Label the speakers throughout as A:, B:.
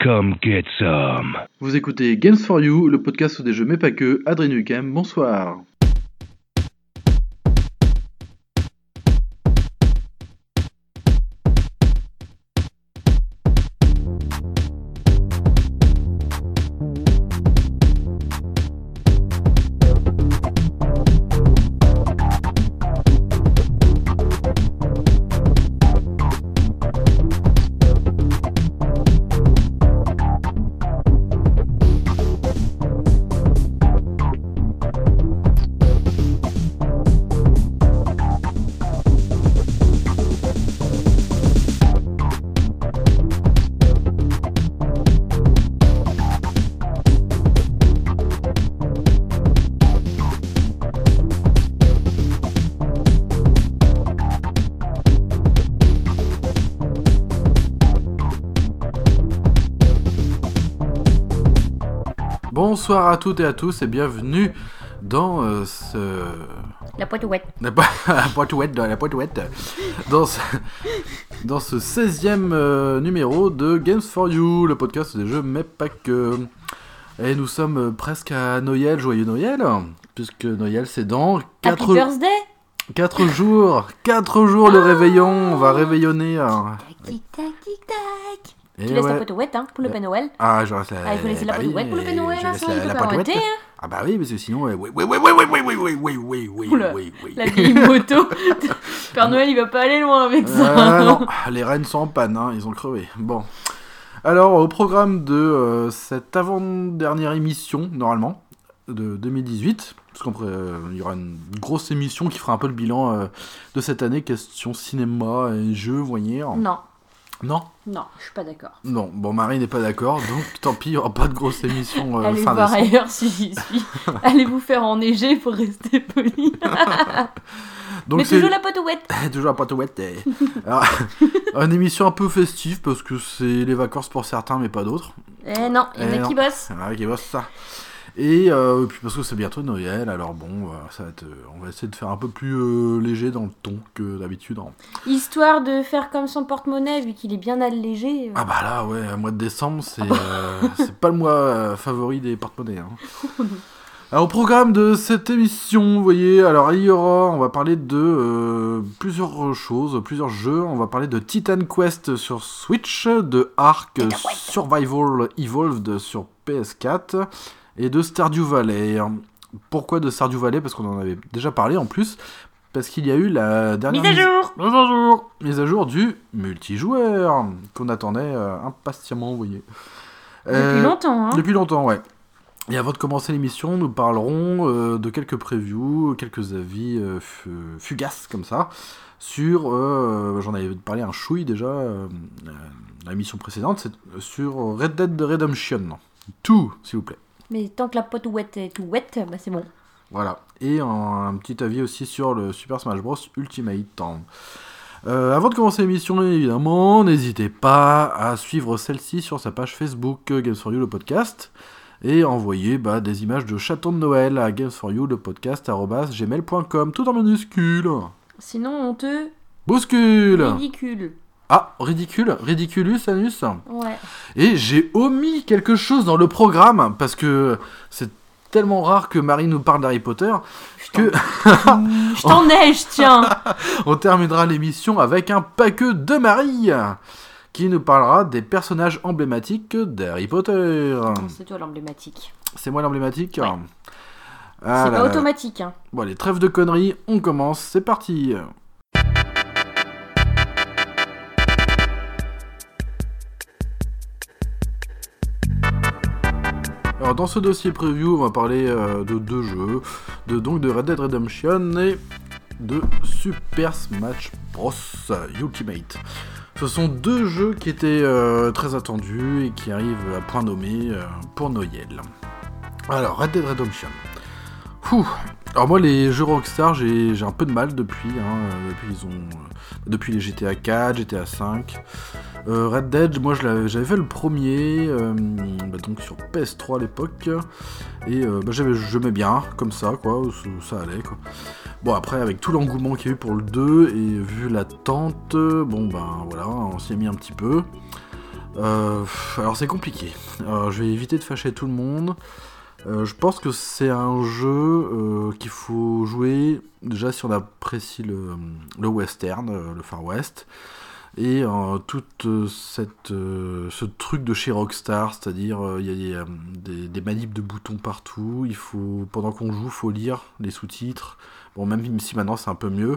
A: Come get some.
B: Vous écoutez Games for You, le podcast des jeux mais pas que. Adrien Huchem, bonsoir. Bonsoir à toutes et à tous et bienvenue dans
C: La poitouette.
B: La poitouette. Dans ce 16e numéro de Games for You, le podcast des jeux mais pas que. Et nous sommes presque à Noël, joyeux Noël, puisque Noël c'est dans 4 jours. 4 jours le réveillon, on va réveillonner.
C: Tic tac, tic tac.
B: Et
C: Tu laisses
B: ouais.
C: la poitouette pour le Père Noël.
B: Ah, je reste la...
C: Ah, il faut laisser la poitouette pour le Père Noël,
B: je
C: sinon
B: laisse
C: il
B: la
C: peut pas
B: poitouette.
C: arrêter.
B: Ah bah oui, parce que sinon... Oui.
C: Oula, la vieille moto. Père Noël, il va pas aller loin avec ça.
B: Non, les rennes sont en panne, hein, ils ont crevé. Bon. Alors, au programme de cette avant-dernière émission, normalement, de 2018, parce qu'il y aura une grosse émission qui fera un peu le bilan de cette année, question cinéma et jeux, vous voyez. Non,
C: je suis pas d'accord.
B: Non, bon, Marie n'est pas d'accord, donc tant pis, il n'y aura pas de grosse émission
C: Allez
B: fin
C: voir
B: décembre.
C: ailleurs si j'y suis. Allez vous faire enneiger pour rester poli.
B: Donc
C: mais
B: c'est...
C: toujours la poitouette.
B: Toujours la poitouette. Alors, une émission un peu festive, parce que c'est les vacances pour certains, mais pas d'autres.
C: Eh non, il y en a qui bossent.
B: Ouais, qui bossent ça. Et puis parce que c'est bientôt Noël, alors bon, ça va être, on va essayer de faire un peu plus léger dans le ton que d'habitude. Hein.
C: Histoire de faire comme son porte-monnaie, vu qu'il est bien allégé.
B: Ah bah là, ouais, le mois de décembre, c'est pas le mois favori des porte-monnaies. Hein. Alors, au programme de cette émission, vous voyez, alors on va parler de plusieurs choses, plusieurs jeux. On va parler de Titan Quest sur Switch, de Ark Survival Evolved sur PS4 et de Stardew Valley. Pourquoi de Stardew Valley ? Parce qu'on en avait déjà parlé en plus, parce qu'il y a eu la dernière mise à jour du multijoueur qu'on attendait impatiemment, vous voyez.
C: Depuis longtemps, hein.
B: Depuis longtemps, ouais. Et avant de commencer l'émission, nous parlerons de quelques previews, quelques avis fugaces comme ça, sur, j'en avais parlé un chouille déjà, la l'émission précédente, c'est sur Red Dead Redemption 2, s'il vous plaît.
C: Mais tant que la poitouette est tout wet, bah c'est bon.
B: Voilà, et un petit avis aussi sur le Super Smash Bros Ultimate. Avant de commencer l'émission, évidemment, n'hésitez pas à suivre celle-ci sur sa page Facebook Games for You, le podcast, et envoyer des images de chatons de Noël à games4you le podcast@gmail.com, tout en minuscule.
C: Sinon on te
B: bouscule.
C: ridicule.
B: Ah, ridiculus anus.
C: Ouais.
B: Et j'ai omis quelque chose dans le programme parce que c'est tellement rare que Marie nous parle d'Harry Potter que
C: je t'en neige, tiens.
B: On terminera l'émission avec un paquet de Marie qui nous parlera des personnages emblématiques d'Harry Potter.
C: C'est toi l'emblématique.
B: C'est moi l'emblématique.
C: Ouais.
B: Ah
C: c'est
B: là
C: pas
B: là.
C: automatique. Hein.
B: Bon, allez, trêve de conneries, on commence, c'est parti. Alors dans ce dossier preview, on va parler de deux jeux, donc de Red Dead Redemption et de Super Smash Bros Ultimate. Ce sont deux jeux qui étaient très attendus et qui arrivent à point nommé pour Noël. Alors, Red Dead Redemption. Alors moi, les jeux Rockstar, j'ai un peu de mal depuis les GTA 4, GTA 5. Red Dead, moi j'avais fait le premier, donc sur PS3 à l'époque, et j'aimais bien, comme ça, quoi, ça allait, quoi. Bon, après, avec tout l'engouement qu'il y a eu pour le 2, et vu l'attente, voilà, on s'y est mis un petit peu. Alors c'est compliqué. Je vais éviter de fâcher tout le monde. Je pense que c'est un jeu qu'il faut jouer déjà si on apprécie le western, le Far West, et ce truc de chez Rockstar, c'est-à-dire il y a des manips de boutons partout. Pendant qu'on joue, faut lire les sous-titres. Bon, même si maintenant c'est un peu mieux.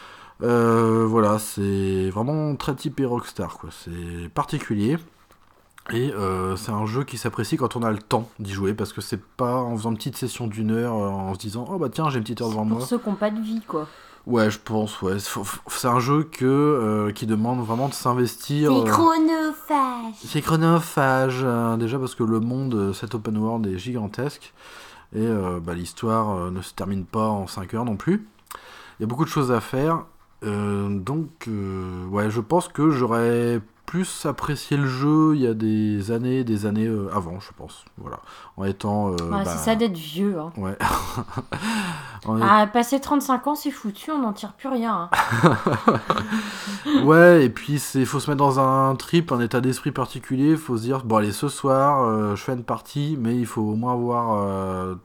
B: Voilà, c'est vraiment très typé Rockstar, quoi. C'est particulier. Et c'est un jeu qui s'apprécie quand on a le temps d'y jouer, parce que c'est pas en faisant une petite session d'1 heure, en se disant oh bah tiens j'ai une petite heure devant moi.
C: Pour ceux qui n'ont pas de vie, quoi.
B: Ouais, je pense, ouais. C'est un jeu qui demande vraiment de s'investir.
C: C'est chronophage.
B: C'est chronophage, déjà parce que le monde, cet open world est gigantesque, et l'histoire ne se termine pas en 5 heures non plus. Il y a beaucoup de choses à faire, donc ouais, je pense que j'aurais plus apprécié le jeu il y a des années avant, je pense. Voilà. En étant.
C: C'est ça d'être vieux. Hein.
B: Ouais.
C: Passer 35 ans, c'est foutu, on n'en tire plus rien.
B: Hein. Ouais, et puis faut se mettre dans un trip, un état d'esprit particulier. Faut se dire, bon, allez, ce soir, je fais une partie, mais il faut au moins avoir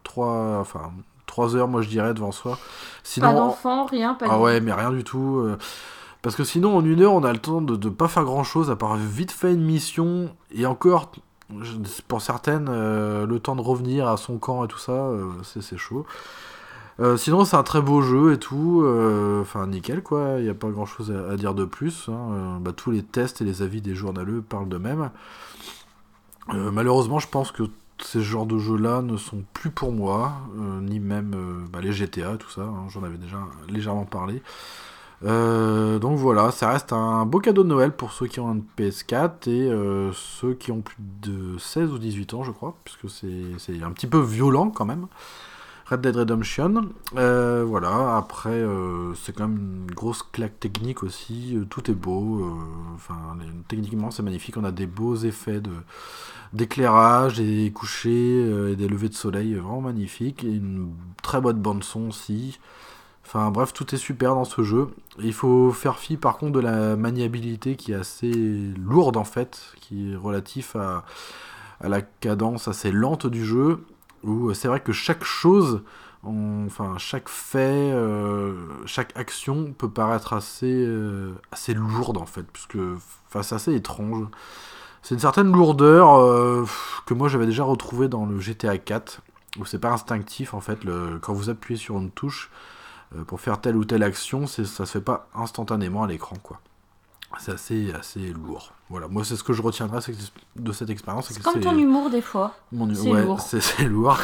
B: 3 heures, moi je dirais, devant soi. Sinon,
C: pas d'enfant, rien, pas de...
B: Ah ouais, mais rien du tout. Parce que sinon, en 1 heure, on a le temps de pas faire grand-chose, à part vite fait une mission, et encore, pour certaines, le temps de revenir à son camp et tout ça, c'est chaud. Sinon, c'est un très beau jeu et tout, nickel, quoi, il n'y a pas grand-chose à dire de plus. Hein. Tous les tests et les avis des journaleux parlent d'eux-mêmes. Malheureusement, je pense que ces genres de jeux-là ne sont plus pour moi, ni même les GTA, tout ça, hein, j'en avais déjà légèrement parlé. Donc voilà, ça reste un beau cadeau de Noël pour ceux qui ont un PS4 et ceux qui ont plus de 16 ou 18 ans, je crois, puisque c'est un petit peu violent quand même. Red Dead Redemption, voilà, après c'est quand même une grosse claque technique aussi, tout est beau, techniquement c'est magnifique, on a des beaux effets d'éclairage, des couchers et des levées de soleil vraiment magnifiques, et une très bonne bande son aussi. Enfin bref, tout est super dans ce jeu. Il faut faire fi par contre de la maniabilité qui est assez lourde en fait, qui est relatif à la cadence assez lente du jeu, où c'est vrai que chaque chose, chaque fait, chaque action peut paraître assez lourde en fait, puisque c'est assez étrange. C'est une certaine lourdeur que moi j'avais déjà retrouvée dans le GTA 4, où c'est pas instinctif en fait, quand vous appuyez sur une touche, pour faire telle ou telle action, ça se fait pas instantanément à l'écran, quoi. C'est assez lourd. Voilà, moi c'est ce que je retiendrai de cette expérience.
C: C'est comme ton humour des fois.
B: C'est lourd. C'est lourd.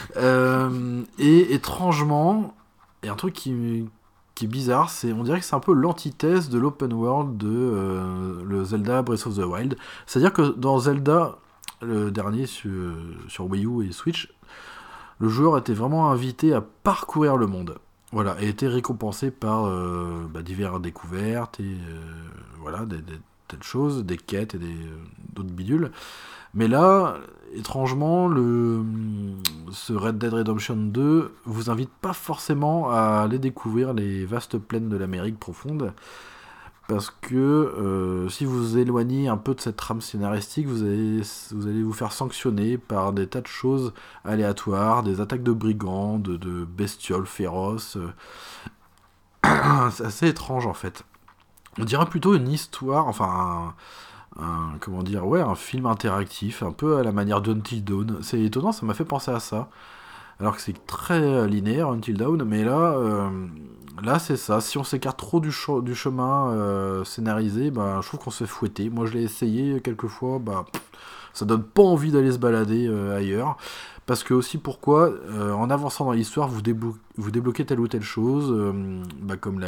B: Et étrangement, il y a un truc qui est bizarre, on dirait que c'est un peu l'antithèse de l'open world de le Zelda Breath of the Wild. C'est-à-dire que dans Zelda, le dernier sur Wii U et Switch, le joueur était vraiment invité à parcourir le monde. Voilà, et était récompensé par diverses découvertes et des telles choses, des quêtes et d'autres bidules. Mais là, étrangement, ce Red Dead Redemption 2 vous invite pas forcément à aller découvrir les vastes plaines de l'Amérique profonde, parce que si vous vous éloignez un peu de cette trame scénaristique, vous allez vous faire sanctionner par des tas de choses aléatoires, des attaques de brigands, de bestioles féroces. C'est assez étrange en fait. On dirait plutôt une histoire, un film interactif, un peu à la manière d'Until Dawn. C'est étonnant, ça m'a fait penser à ça. Alors que c'est très linéaire, Until Dawn, mais là c'est ça. Si on s'écarte trop du chemin scénarisé, je trouve qu'on se fait fouetter. Moi je l'ai essayé quelques fois, ça donne pas envie d'aller se balader ailleurs. Parce que aussi pourquoi, en avançant dans l'histoire, vous débloquez telle ou telle chose, comme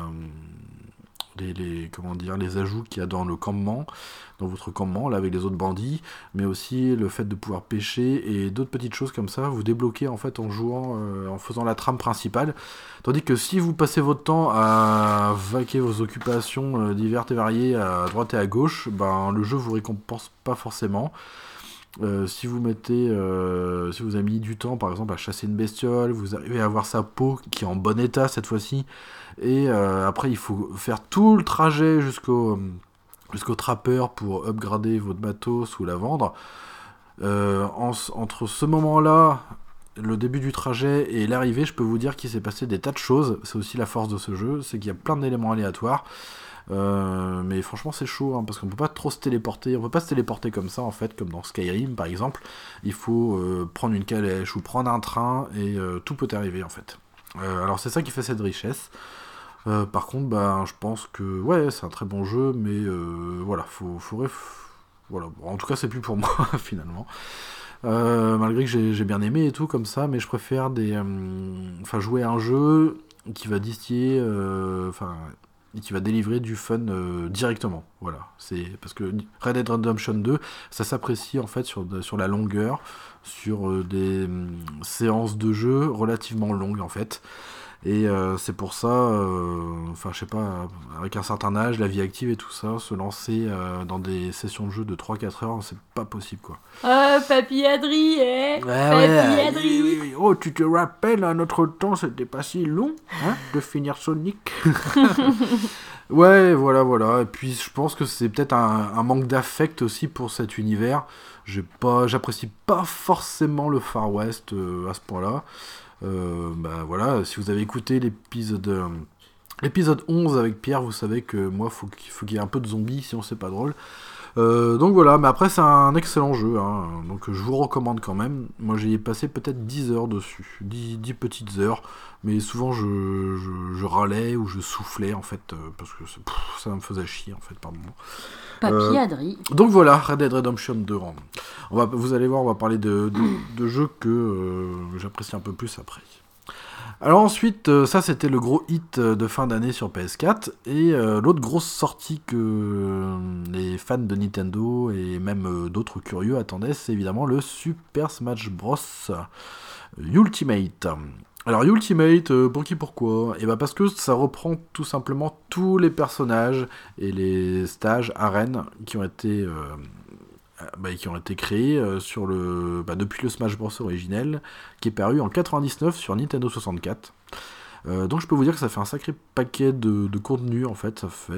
B: les ajouts qu'il y a dans votre campement, là avec les autres bandits, mais aussi le fait de pouvoir pêcher et d'autres petites choses comme ça, vous débloquez en fait en jouant, en faisant la trame principale. Tandis que si vous passez votre temps à vaquer vos occupations diverses et variées à droite et à gauche, le jeu vous récompense pas forcément. Si vous avez mis du temps par exemple à chasser une bestiole, vous arrivez à avoir sa peau qui est en bon état cette fois-ci, et après il faut faire tout le trajet jusqu'au jusqu'au trapper pour upgrader votre bateau ou la vendre. Entre ce moment-là, le début du trajet et l'arrivée, je peux vous dire qu'il s'est passé des tas de choses. C'est aussi la force de ce jeu, c'est qu'il y a plein d'éléments aléatoires. Mais franchement c'est chaud parce qu'on peut pas trop se téléporter, on peut pas se téléporter comme ça en fait, comme dans Skyrim par exemple. Il faut prendre une calèche ou prendre un train et tout peut arriver en fait. Alors c'est ça qui fait cette richesse. Par contre je pense que ouais c'est un très bon jeu, mais voilà voilà, bon, en tout cas c'est plus pour moi finalement. Malgré que j'ai bien aimé et tout comme ça, mais je préfère jouer à un jeu qui va distiller et qui va délivrer du fun directement. Voilà, c'est parce que Red Dead Redemption 2, ça s'apprécie en fait sur la longueur, sur des séances de jeu relativement longues en fait. Et c'est pour ça, je sais pas, avec un certain âge, la vie active et tout ça, se lancer dans des sessions de jeu de 3-4 heures, c'est pas possible quoi.
C: Ah, Papy Adri, Papy Adri.
B: Oui. Oh, tu te rappelles, à notre temps, c'était pas si long, de finir Sonic. Ouais, voilà. Et puis, je pense que c'est peut-être un manque d'affect aussi pour cet univers. J'apprécie pas forcément le Far West à ce point-là. Voilà, si vous avez écouté l'épisode 11 avec Pierre, vous savez que moi, faut qu'il y ait un peu de zombies, sinon c'est pas drôle. Donc voilà, mais après c'est un excellent jeu, donc je vous recommande quand même. Moi j'y ai passé peut-être 10 heures dessus, 10 petites heures, mais souvent je râlais ou je soufflais en fait, parce que ça me faisait chier en fait par moment.
C: Papy Adri.
B: Donc voilà, Red Dead Redemption 2. Vous allez voir, on va parler de jeux que j'apprécie un peu plus après. Alors ensuite, ça c'était le gros hit de fin d'année sur PS4, et l'autre grosse sortie que les fans de Nintendo et même d'autres curieux attendaient, c'est évidemment le Super Smash Bros Ultimate. Alors Ultimate, pour qui, pourquoi ? Et parce que ça reprend tout simplement tous les personnages et les stages arènes qui ont été créés depuis le Smash Bros originel, qui est paru en 99 sur Nintendo 64. Donc je peux vous dire que ça fait un sacré paquet de contenu en fait, ça fait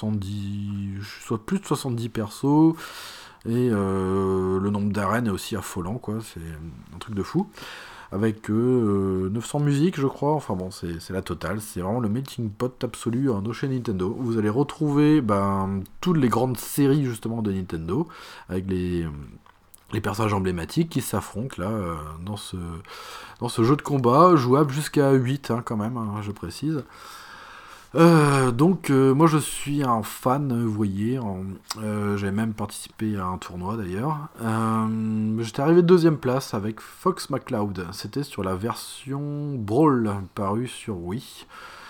B: plus de 70 persos, et le nombre d'arènes est aussi affolant quoi, c'est un truc de fou. Avec 900 musiques je crois, enfin bon c'est la totale, c'est vraiment le melting pot absolu chez Nintendo. Vous allez retrouver toutes les grandes séries justement de Nintendo, avec les personnages emblématiques qui s'affrontent là dans ce jeu de combat, jouable jusqu'à 8 quand même, je précise. Donc moi je suis un fan, vous voyez, j'avais même participé à un tournoi d'ailleurs. J'étais arrivé deuxième place avec Fox McCloud, c'était sur la version Brawl parue sur Wii.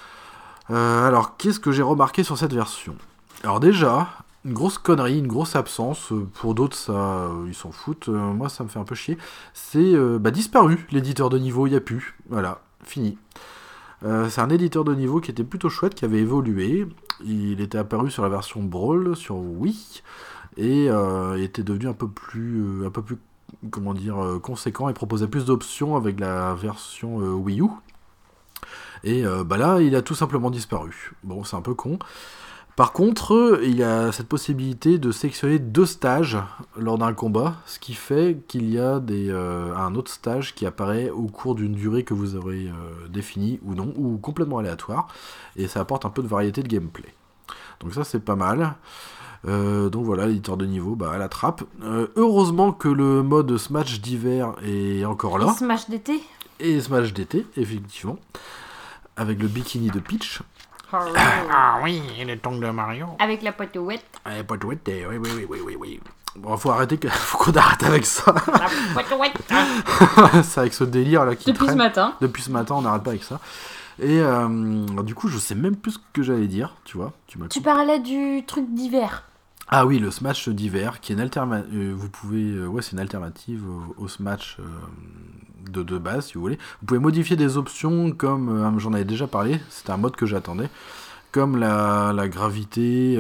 B: Alors qu'est-ce que j'ai remarqué sur cette version ? Alors déjà, une grosse connerie, une grosse absence, pour d'autres ça ils s'en foutent, moi ça me fait un peu chier, c'est disparu, l'éditeur de niveau, il n'y a plus, voilà, fini. C'est un éditeur de niveau qui était plutôt chouette, qui avait évolué. Il était apparu sur la version Brawl sur Wii et était devenu un peu plus conséquent et proposait plus d'options avec la version Wii U. Et là, il a tout simplement disparu. Bon, c'est un peu con. Par contre, il y a cette possibilité de sélectionner 2 stages lors d'un combat, ce qui fait qu'il y a un autre stage qui apparaît au cours d'une durée que vous aurez définie ou non, ou complètement aléatoire, et ça apporte un peu de variété de gameplay. Donc ça c'est pas mal. Donc voilà, l'éditeur de niveau à la trappe. Heureusement que le mode Smash d'hiver est encore là.
C: Et Smash d'été.
B: Et Smash d'été, effectivement, avec le bikini de Peach.
C: Ah
B: oui, et les tongs de Mario.
C: Avec la potouette.
B: La potouette, oui. Bon, faut qu'on arrête avec ça.
C: La potouette.
B: C'est avec ce délire là qui
C: Depuis
B: traîne.
C: ce matin.
B: Depuis ce matin, on n'arrête pas avec ça. Et du coup, je sais même plus ce que j'allais dire, tu vois.
C: Tu parlais du truc d'hiver.
B: Ah oui, le Smash d'hiver, qui est une alternative. C'est une alternative au Smash de base, si vous voulez. Vous pouvez modifier des options comme j'en avais déjà parlé. C'était un mode que j'attendais, comme la gravité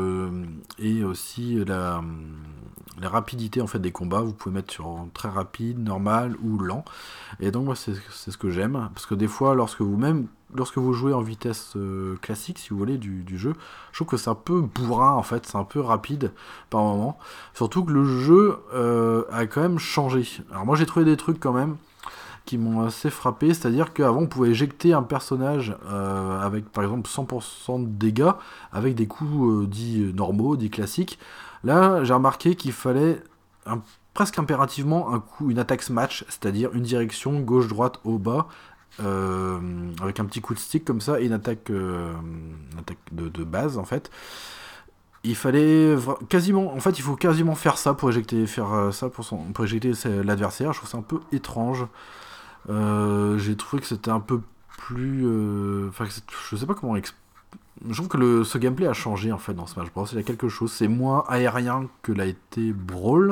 B: et aussi la rapidité en fait des combats. Vous pouvez mettre sur très rapide, normal ou lent. Et donc moi c'est ce que j'aime, parce que des fois lorsque vous-même lorsque vous jouez en vitesse classique, si vous voulez, du jeu, je trouve que c'est un peu bourrin en fait, c'est un peu rapide par moment. Surtout que le jeu a quand même changé. Alors moi j'ai trouvé des trucs quand même qui m'ont assez frappé, c'est-à-dire qu'avant on pouvait éjecter un personnage avec par exemple 100% de dégâts, avec des coups dits normaux, dits classiques. Là j'ai remarqué qu'il fallait presque impérativement une attaque smash, c'est-à-dire une direction gauche-droite au bas, avec un petit coup de stick comme ça, et une attaque de base en fait. Il fallait quasiment, en fait, il faut quasiment faire ça pour éjecter, pour éjecter l'adversaire. Je trouve ça un peu étrange. J'ai trouvé que c'était un peu plus, je sais pas comment je trouve que ce gameplay a changé en fait dans Smash Bros. Il y a quelque chose, c'est moins aérien que l'a été Brawl.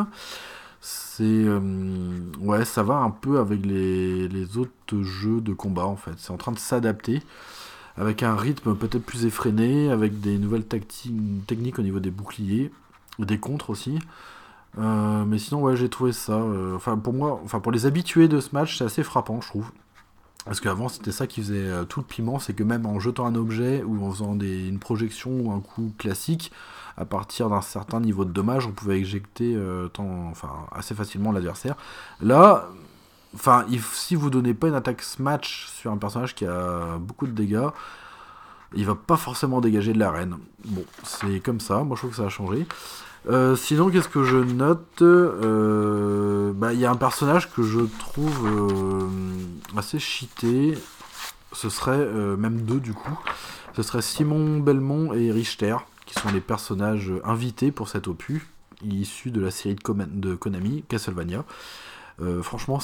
B: Ouais, ça va un peu avec les autres jeux de combat en fait. C'est en train de s'adapter avec un rythme peut-être plus effréné, avec des nouvelles techniques au niveau des boucliers, des contres aussi. Mais sinon, ouais, j'ai trouvé ça. Pour les habitués de ce match, c'est assez frappant, je trouve. Parce qu'avant, c'était ça qui faisait tout le piment, c'est que même en jetant un objet ou en faisant une projection ou un coup classique, à partir d'un certain niveau de dommage, on pouvait éjecter assez facilement l'adversaire. Là, si vous donnez pas une attaque smash sur un personnage qui a beaucoup de dégâts, il va pas forcément dégager de l'arène. Bon, c'est comme ça, moi je trouve que ça a changé. Sinon, qu'est-ce que je note ? Il y a un personnage que je trouve assez cheaté. Ce serait même deux du coup. Ce serait Simon Belmont et Richter, qui sont les personnages invités pour cet opus, issus de la série de Konami, Castlevania. Franchement,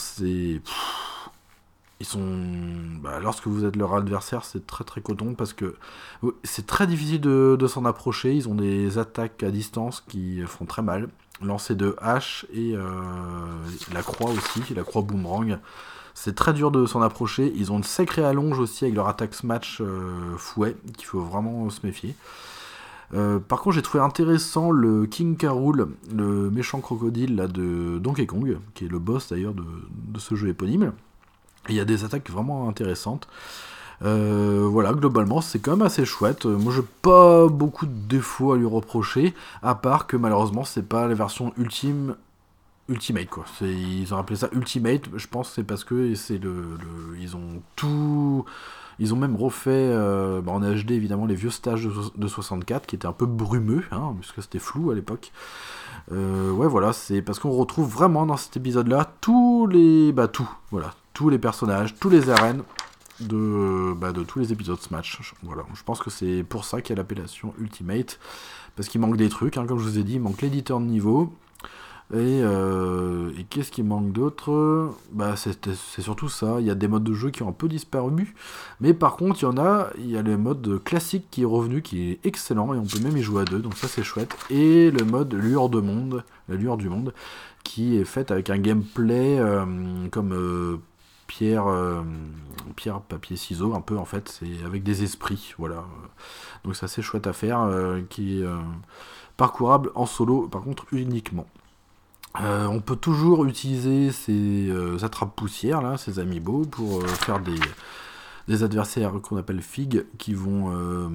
B: ils sont... lorsque vous êtes leur adversaire, c'est très très coton, parce que c'est très difficile de s'en approcher. Ils ont des attaques à distance qui font très mal. Lancer de hache et la croix aussi, la croix boomerang. C'est très dur de s'en approcher. Ils ont une sacrée allonge aussi avec leur attaque smash fouet, qu'il faut vraiment se méfier. Par contre, j'ai trouvé intéressant le King K. Rool, le méchant crocodile là, de Donkey Kong, qui est le boss d'ailleurs de ce jeu éponyme. Il y a des attaques vraiment intéressantes. Globalement, c'est quand même assez chouette. Moi, j'ai pas beaucoup de défauts à lui reprocher, à part que malheureusement, c'est pas la version Ultimate, quoi. Ils ont appelé ça Ultimate, je pense que c'est parce que c'est ils ont tout... Ils ont même refait en HD évidemment les vieux stages de 64 qui étaient un peu brumeux, puisque c'était flou à l'époque. C'est parce qu'on retrouve vraiment dans cet épisode-là tous les personnages, tous les arènes de tous les épisodes Smash. Voilà, je pense que c'est pour ça qu'il y a l'appellation Ultimate, parce qu'il manque des trucs, comme je vous ai dit, il manque l'éditeur de niveau. Et qu'est-ce qui manque d'autre ? C'est surtout ça. Il y a des modes de jeu qui ont un peu disparu, mais par contre il y a le mode classique qui est revenu, qui est excellent, et on peut même y jouer à deux, donc ça c'est chouette. Et le mode lueur du monde, qui est fait avec un gameplay comme pierre, papier, ciseaux, un peu en fait, c'est avec des esprits, voilà. Donc c'est assez chouette à faire, qui est parcourable en solo, par contre uniquement. On peut toujours utiliser ces attrape-poussières là, ces amiibo, pour faire des adversaires qu'on appelle FIG, qui vont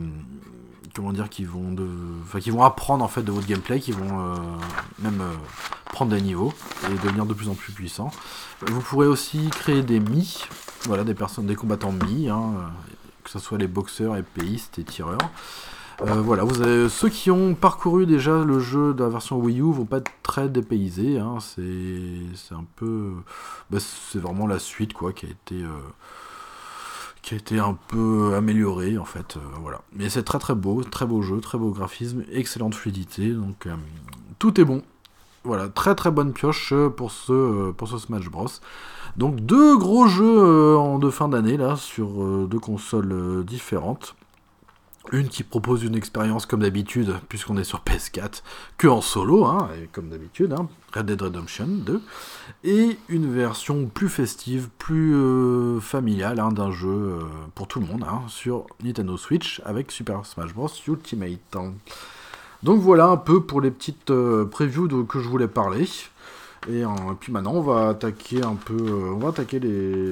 B: qui vont apprendre en fait de votre gameplay, qui vont même prendre des niveaux et devenir de plus en plus puissants. Vous pourrez aussi créer des Mi, des combattants Mi, que ce soit les boxeurs, épéistes et tireurs. Vous avez ceux qui ont parcouru déjà le jeu de la version Wii U vont pas être très dépaysés, c'est un peu, c'est vraiment la suite quoi qui a été un peu améliorée en fait, voilà. Mais c'est très beau jeu, très beau graphisme, excellente fluidité, donc tout est bon. Voilà, très bonne pioche pour ce Smash Bros. Donc deux gros jeux de fin d'année là sur deux consoles différentes. Une qui propose une expérience comme d'habitude, puisqu'on est sur PS4, que en solo, comme d'habitude, Red Dead Redemption 2, et une version plus festive, plus familiale d'un jeu pour tout le monde, sur Nintendo Switch, avec Super Smash Bros. Ultimate. Donc voilà un peu pour les petites previews que je voulais parler. Et puis maintenant, on va attaquer les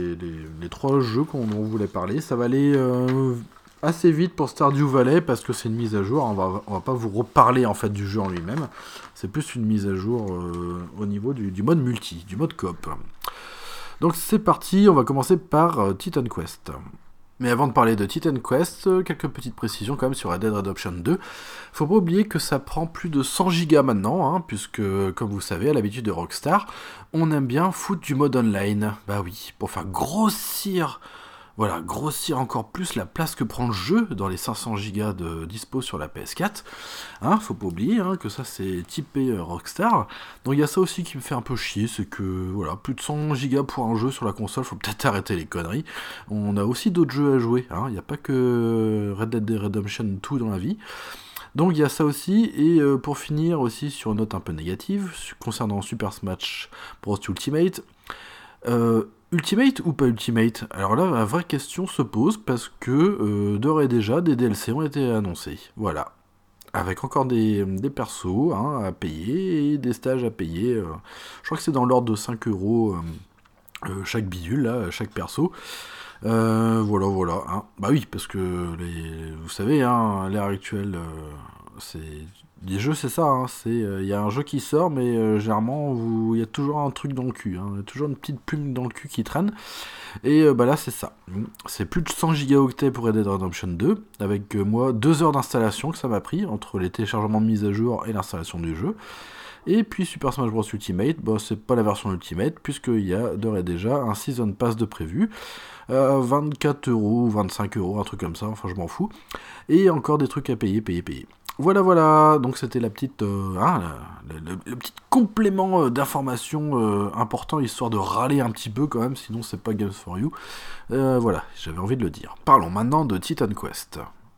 B: 3 jeux dont on voulait parler. Ça va aller assez vite pour Stardew Valley parce que c'est une mise à jour. On va pas vous reparler en fait du jeu en lui-même. C'est plus une mise à jour au niveau du mode multi, du mode coop. Donc c'est parti, on va commencer par Titan Quest. Mais avant de parler de Titan Quest, quelques petites précisions quand même sur Red Dead Redemption 2. Faut pas oublier que ça prend plus de 100 gigas maintenant, puisque, comme vous savez, à l'habitude de Rockstar, on aime bien foutre du mode online. Bah oui, pour faire grossir encore plus la place que prend le jeu dans les 500 gigas de dispo sur la PS4. Faut pas oublier que ça c'est typé Rockstar. Donc il y a ça aussi qui me fait un peu chier, c'est que plus de 100 gigas pour un jeu sur la console, faut peut-être arrêter les conneries. On a aussi d'autres jeux à jouer, il n'y a pas que Red Dead Redemption 2 dans la vie. Donc il y a ça aussi, et pour finir aussi sur une note un peu négative, concernant Super Smash Bros Ultimate, Ultimate ou pas Ultimate ? Alors là, la vraie question se pose parce que d'ores et déjà, des DLC ont été annoncés. Voilà. Avec encore des persos à payer et des stages à payer. Je crois que c'est dans l'ordre de 5 € chaque bidule, là, chaque perso. Voilà. Bah oui, parce que vous savez, l'ère actuelle, c'est... Les jeux, c'est ça, il y a un jeu qui sort, mais généralement, il y a toujours un truc dans le cul, il y a toujours une petite plume dans le cul qui traîne, et là, c'est ça. C'est plus de 100 gigaoctets pour Red Dead Redemption 2, avec 2 heures d'installation que ça m'a pris, entre les téléchargements de mise à jour et l'installation du jeu. Et puis Super Smash Bros Ultimate, c'est pas la version Ultimate, puisqu'il y a d'ores et déjà un Season Pass de prévu, 24 € ou 25 €, un truc comme ça, enfin je m'en fous, et encore des trucs à payer. Voilà, donc c'était la petite, le petit complément d'information important, histoire de râler un petit peu quand même, sinon c'est pas Games for You. Voilà, j'avais envie de le dire. Parlons maintenant de Titan Quest.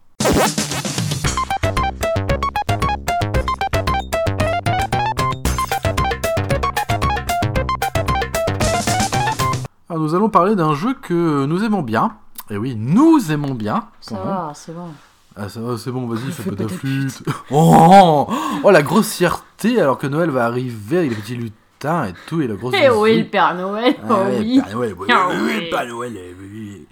B: Alors nous allons parler d'un jeu que nous aimons bien. Et oui, nous aimons bien.
C: Ça va, c'est bon.
B: Ah ça va, c'est bon, vas-y, fais pas ta flûte. Oh, la grossièreté, alors que Noël va arriver avec les petits lutins et tout, et la grosse...
C: Eh oui, le Père Noël, oui.
B: Père Noël, oui. Père Noël, oui.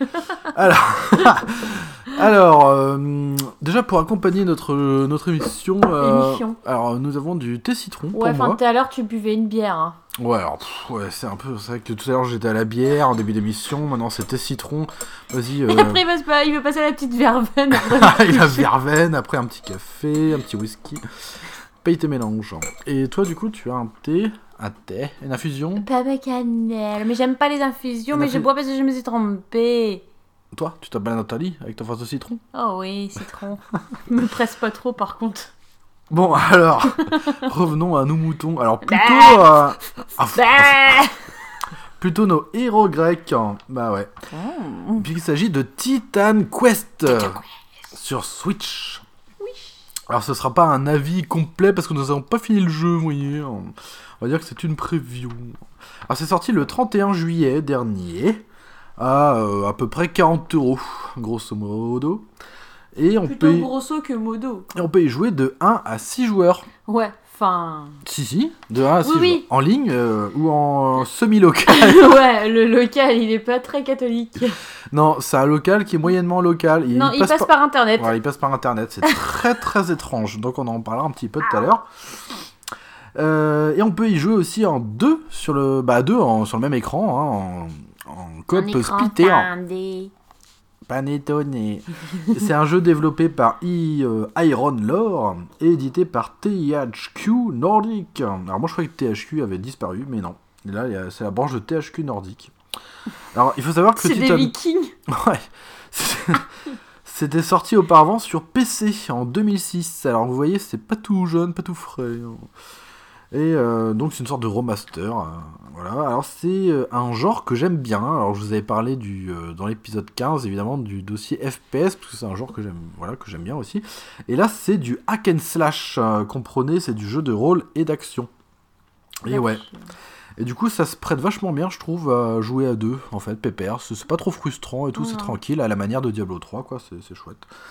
B: Alors, déjà pour accompagner notre émission, alors nous avons du thé citron pour moi.
C: Tout à l'heure tu buvais une bière.
B: Ouais, alors, c'est vrai que tout à l'heure j'étais à la bière en début d'émission, maintenant c'est thé citron. Vas-y.
C: Et après il veut passer à la petite verveine.
B: Il a verveine, après un petit café, un petit whisky. Paye tes mélanges. Et toi du coup tu as un thé, une infusion.
C: Pas de cannelle, mais j'aime pas les infusions, mais je bois parce que je me suis trompée.
B: Toi, tu t'appelles Nathalie avec ta face de citron ?
C: Oh oui, citron. Me presse pas trop par contre.
B: Bon, alors, revenons à nos moutons. Alors, plutôt nos héros grecs. Bah ouais. Puis il s'agit de Titan Quest sur Switch. Oui. Alors, ce sera pas un avis complet parce que nous n'avons pas fini le jeu, vous voyez. On va dire que c'est une preview. Alors, c'est sorti le 31 juillet dernier. À peu près 40 €, grosso modo. Et on
C: plutôt grosso que modo.
B: Et on peut y jouer de 1 à 6 joueurs.
C: Ouais, enfin...
B: Si, de 1 à 6 joueurs. En ligne ou en semi-local.
C: Ouais, le local, il est pas très catholique.
B: Non, c'est un local qui est moyennement local.
C: Il passe par Internet.
B: Ouais, il passe par Internet. C'est très très étrange. Donc on en parlera un petit peu tout à l'heure. Et on peut y jouer aussi en 2 sur le même écran, en coop splitté. Panettone. C'est un jeu développé par Iron Lore et édité par THQ Nordic. Alors moi je croyais que THQ avait disparu, mais non. Et là c'est la branche de THQ Nordic. Alors il faut savoir que
C: c'est des Vikings.
B: Ouais. C'était sorti auparavant sur PC en 2006. Alors vous voyez, c'est pas tout jeune, pas tout frais. Et donc c'est une sorte de remaster, voilà. Alors c'est un genre que j'aime bien. Alors je vous avais parlé dans l'épisode 15 évidemment du dossier FPS parce que c'est un genre que j'aime bien aussi. Et là c'est du hack and slash, comprenez, c'est du jeu de rôle et d'action. Et ouais. Et du coup ça se prête vachement bien je trouve à jouer à 2 en fait, pépère. C'est pas trop frustrant et tout, c'est tranquille à la manière de Diablo 3 quoi, c'est chouette.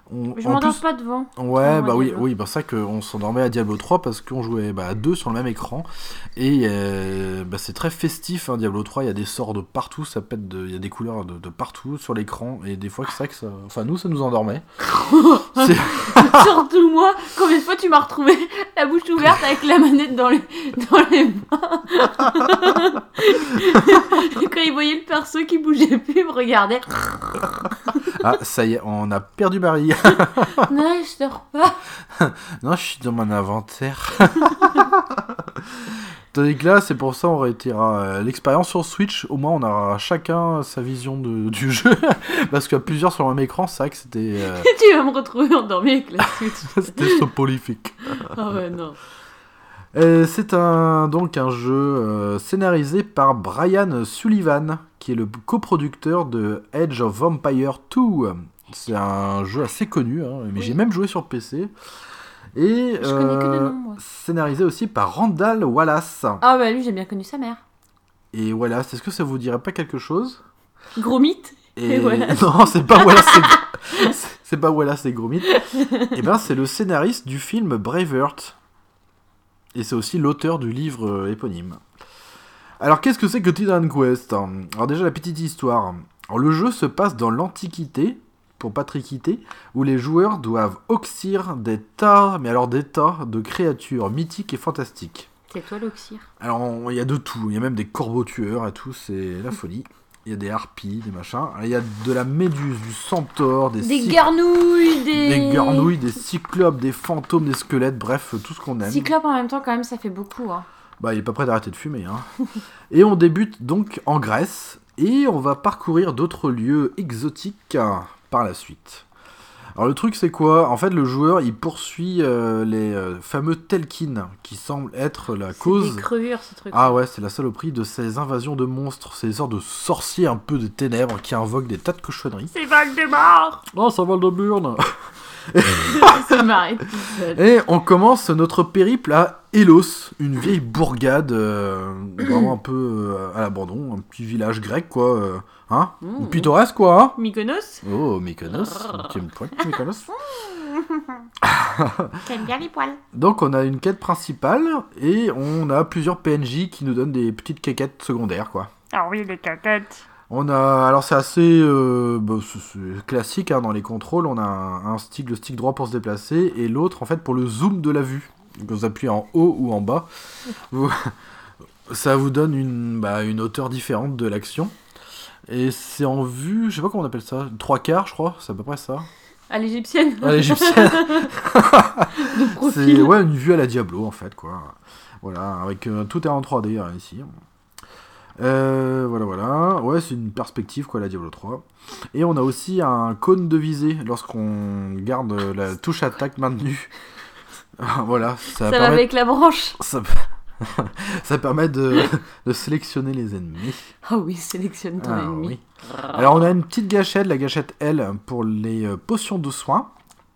C: Je m'endors pas devant.
B: Ouais, bah oui,
C: Diablo.
B: oui, bah c'est vrai qu'on s'endormait à Diablo 3 parce qu'on jouait à deux sur le même écran. Et c'est très festif, hein, Diablo 3, il y a des sorts de partout, ça pète, il y a des couleurs de partout sur l'écran. Et des fois, c'est vrai que ça... Enfin, nous, ça nous endormait.
C: Surtout moi, combien de fois tu m'as retrouvé la bouche ouverte avec la manette dans les mains. Quand il voyait le perso qui bougeait plus, il me regardait.
B: Ah, ça y est, on a perdu Marie.
C: Non, je dors pas.
B: Non, je suis dans mon inventaire. Tandis que là, c'est pour ça on retirera l'expérience sur Switch. Au moins, on aura chacun sa vision du jeu. Parce qu'il y a plusieurs sur le même écran, c'est vrai que c'était...
C: Tu vas me retrouver endormi avec la Switch.
B: c'était soporifique.
C: Ah ouais, non.
B: C'est donc un jeu scénarisé par Brian Sullivan, qui est le coproducteur de Age of Empires 2. C'est un jeu assez connu, hein, mais
C: Oui.
B: j'ai même joué sur PC. Et
C: Je connais que de nom, moi.
B: scénarisé aussi par Randall Wallace.
C: Ah bah lui, j'ai bien connu sa mère.
B: Et Wallace, est-ce que ça vous dirait pas quelque chose?
C: Gros mythe. Et Wallace.
B: Non, c'est pas Wallace, c'est pas Wallace et Gromit. Et ben, c'est le scénariste du film Braveheart. Et c'est aussi l'auteur du livre éponyme. Alors, qu'est-ce que c'est que Titan Quest? Alors déjà, la petite histoire. Alors, le jeu se passe dans l'Antiquité, pour pas triquiter, où les joueurs doivent oxyre des tas de créatures mythiques et fantastiques.
C: C'est toi l'oxyre.
B: Alors, il y a de tout. Il y a même des corbeaux tueurs et tout, c'est la folie. Il y a des harpies, des machins. Il y a de la méduse, du centaure, des
C: garnouilles,
B: des garnouilles, des cyclopes, des fantômes, des squelettes, bref, tout ce qu'on aime.
C: Cyclope en même temps, quand même, ça fait beaucoup. Hein.
B: Bah, il est pas prêt d'arrêter de fumer, hein. Et on débute donc en Grèce, et on va parcourir d'autres lieux exotiques par la suite. Alors le truc c'est quoi? En fait le joueur il poursuit les fameux Telkin, qui semblent être la cause...
C: C'est des crevures ce truc.
B: Ah ouais, c'est la saloperie de ces invasions de monstres, ces sortes de sorciers un peu de ténèbres qui invoquent des tas de cochonneries.
C: C'est Voldemort.
B: Oh, ça vole de burne.
C: Ça m'arrête tout seul.
B: Et on commence notre périple à Hélos, une vieille bourgade, vraiment un peu à l'abandon, un petit village grec quoi, hein, pittoresque quoi, hein.
C: Mykonos.
B: Oh, Mykonos, tu me pointes Mykonos.
C: T'aimes bien les poils.
B: Donc on a une quête principale et on a plusieurs PNJ qui nous donnent des petites quéquettes secondaires quoi.
C: Ah oui, les caquettes.
B: On a, alors c'est assez c'est classique hein, dans les contrôles, on a un stick, le stick droit pour se déplacer et l'autre en fait pour le zoom de la vue. Donc vous appuyez en haut ou en bas, ça vous donne une hauteur différente de l'action. Et c'est en vue, je sais pas comment on appelle ça, 3/4 je crois, c'est à peu près ça.
C: À l'égyptienne.
B: À l'égyptienne.
C: De profil.
B: C'est ouais, une vue à la Diablo en fait quoi. Voilà, avec tout est en 3D hein, ici. Voilà. Ouais, c'est une perspective quoi, la Diablo 3. Et on a aussi un cône de visée lorsqu'on garde la touche attaque maintenue. Voilà,
C: Ça va avec la branche.
B: ça permet de sélectionner les ennemis.
C: Ah oui, sélectionne ton ennemi.
B: Oui. Alors on a une petite gâchette, la gâchette L pour les potions de soins.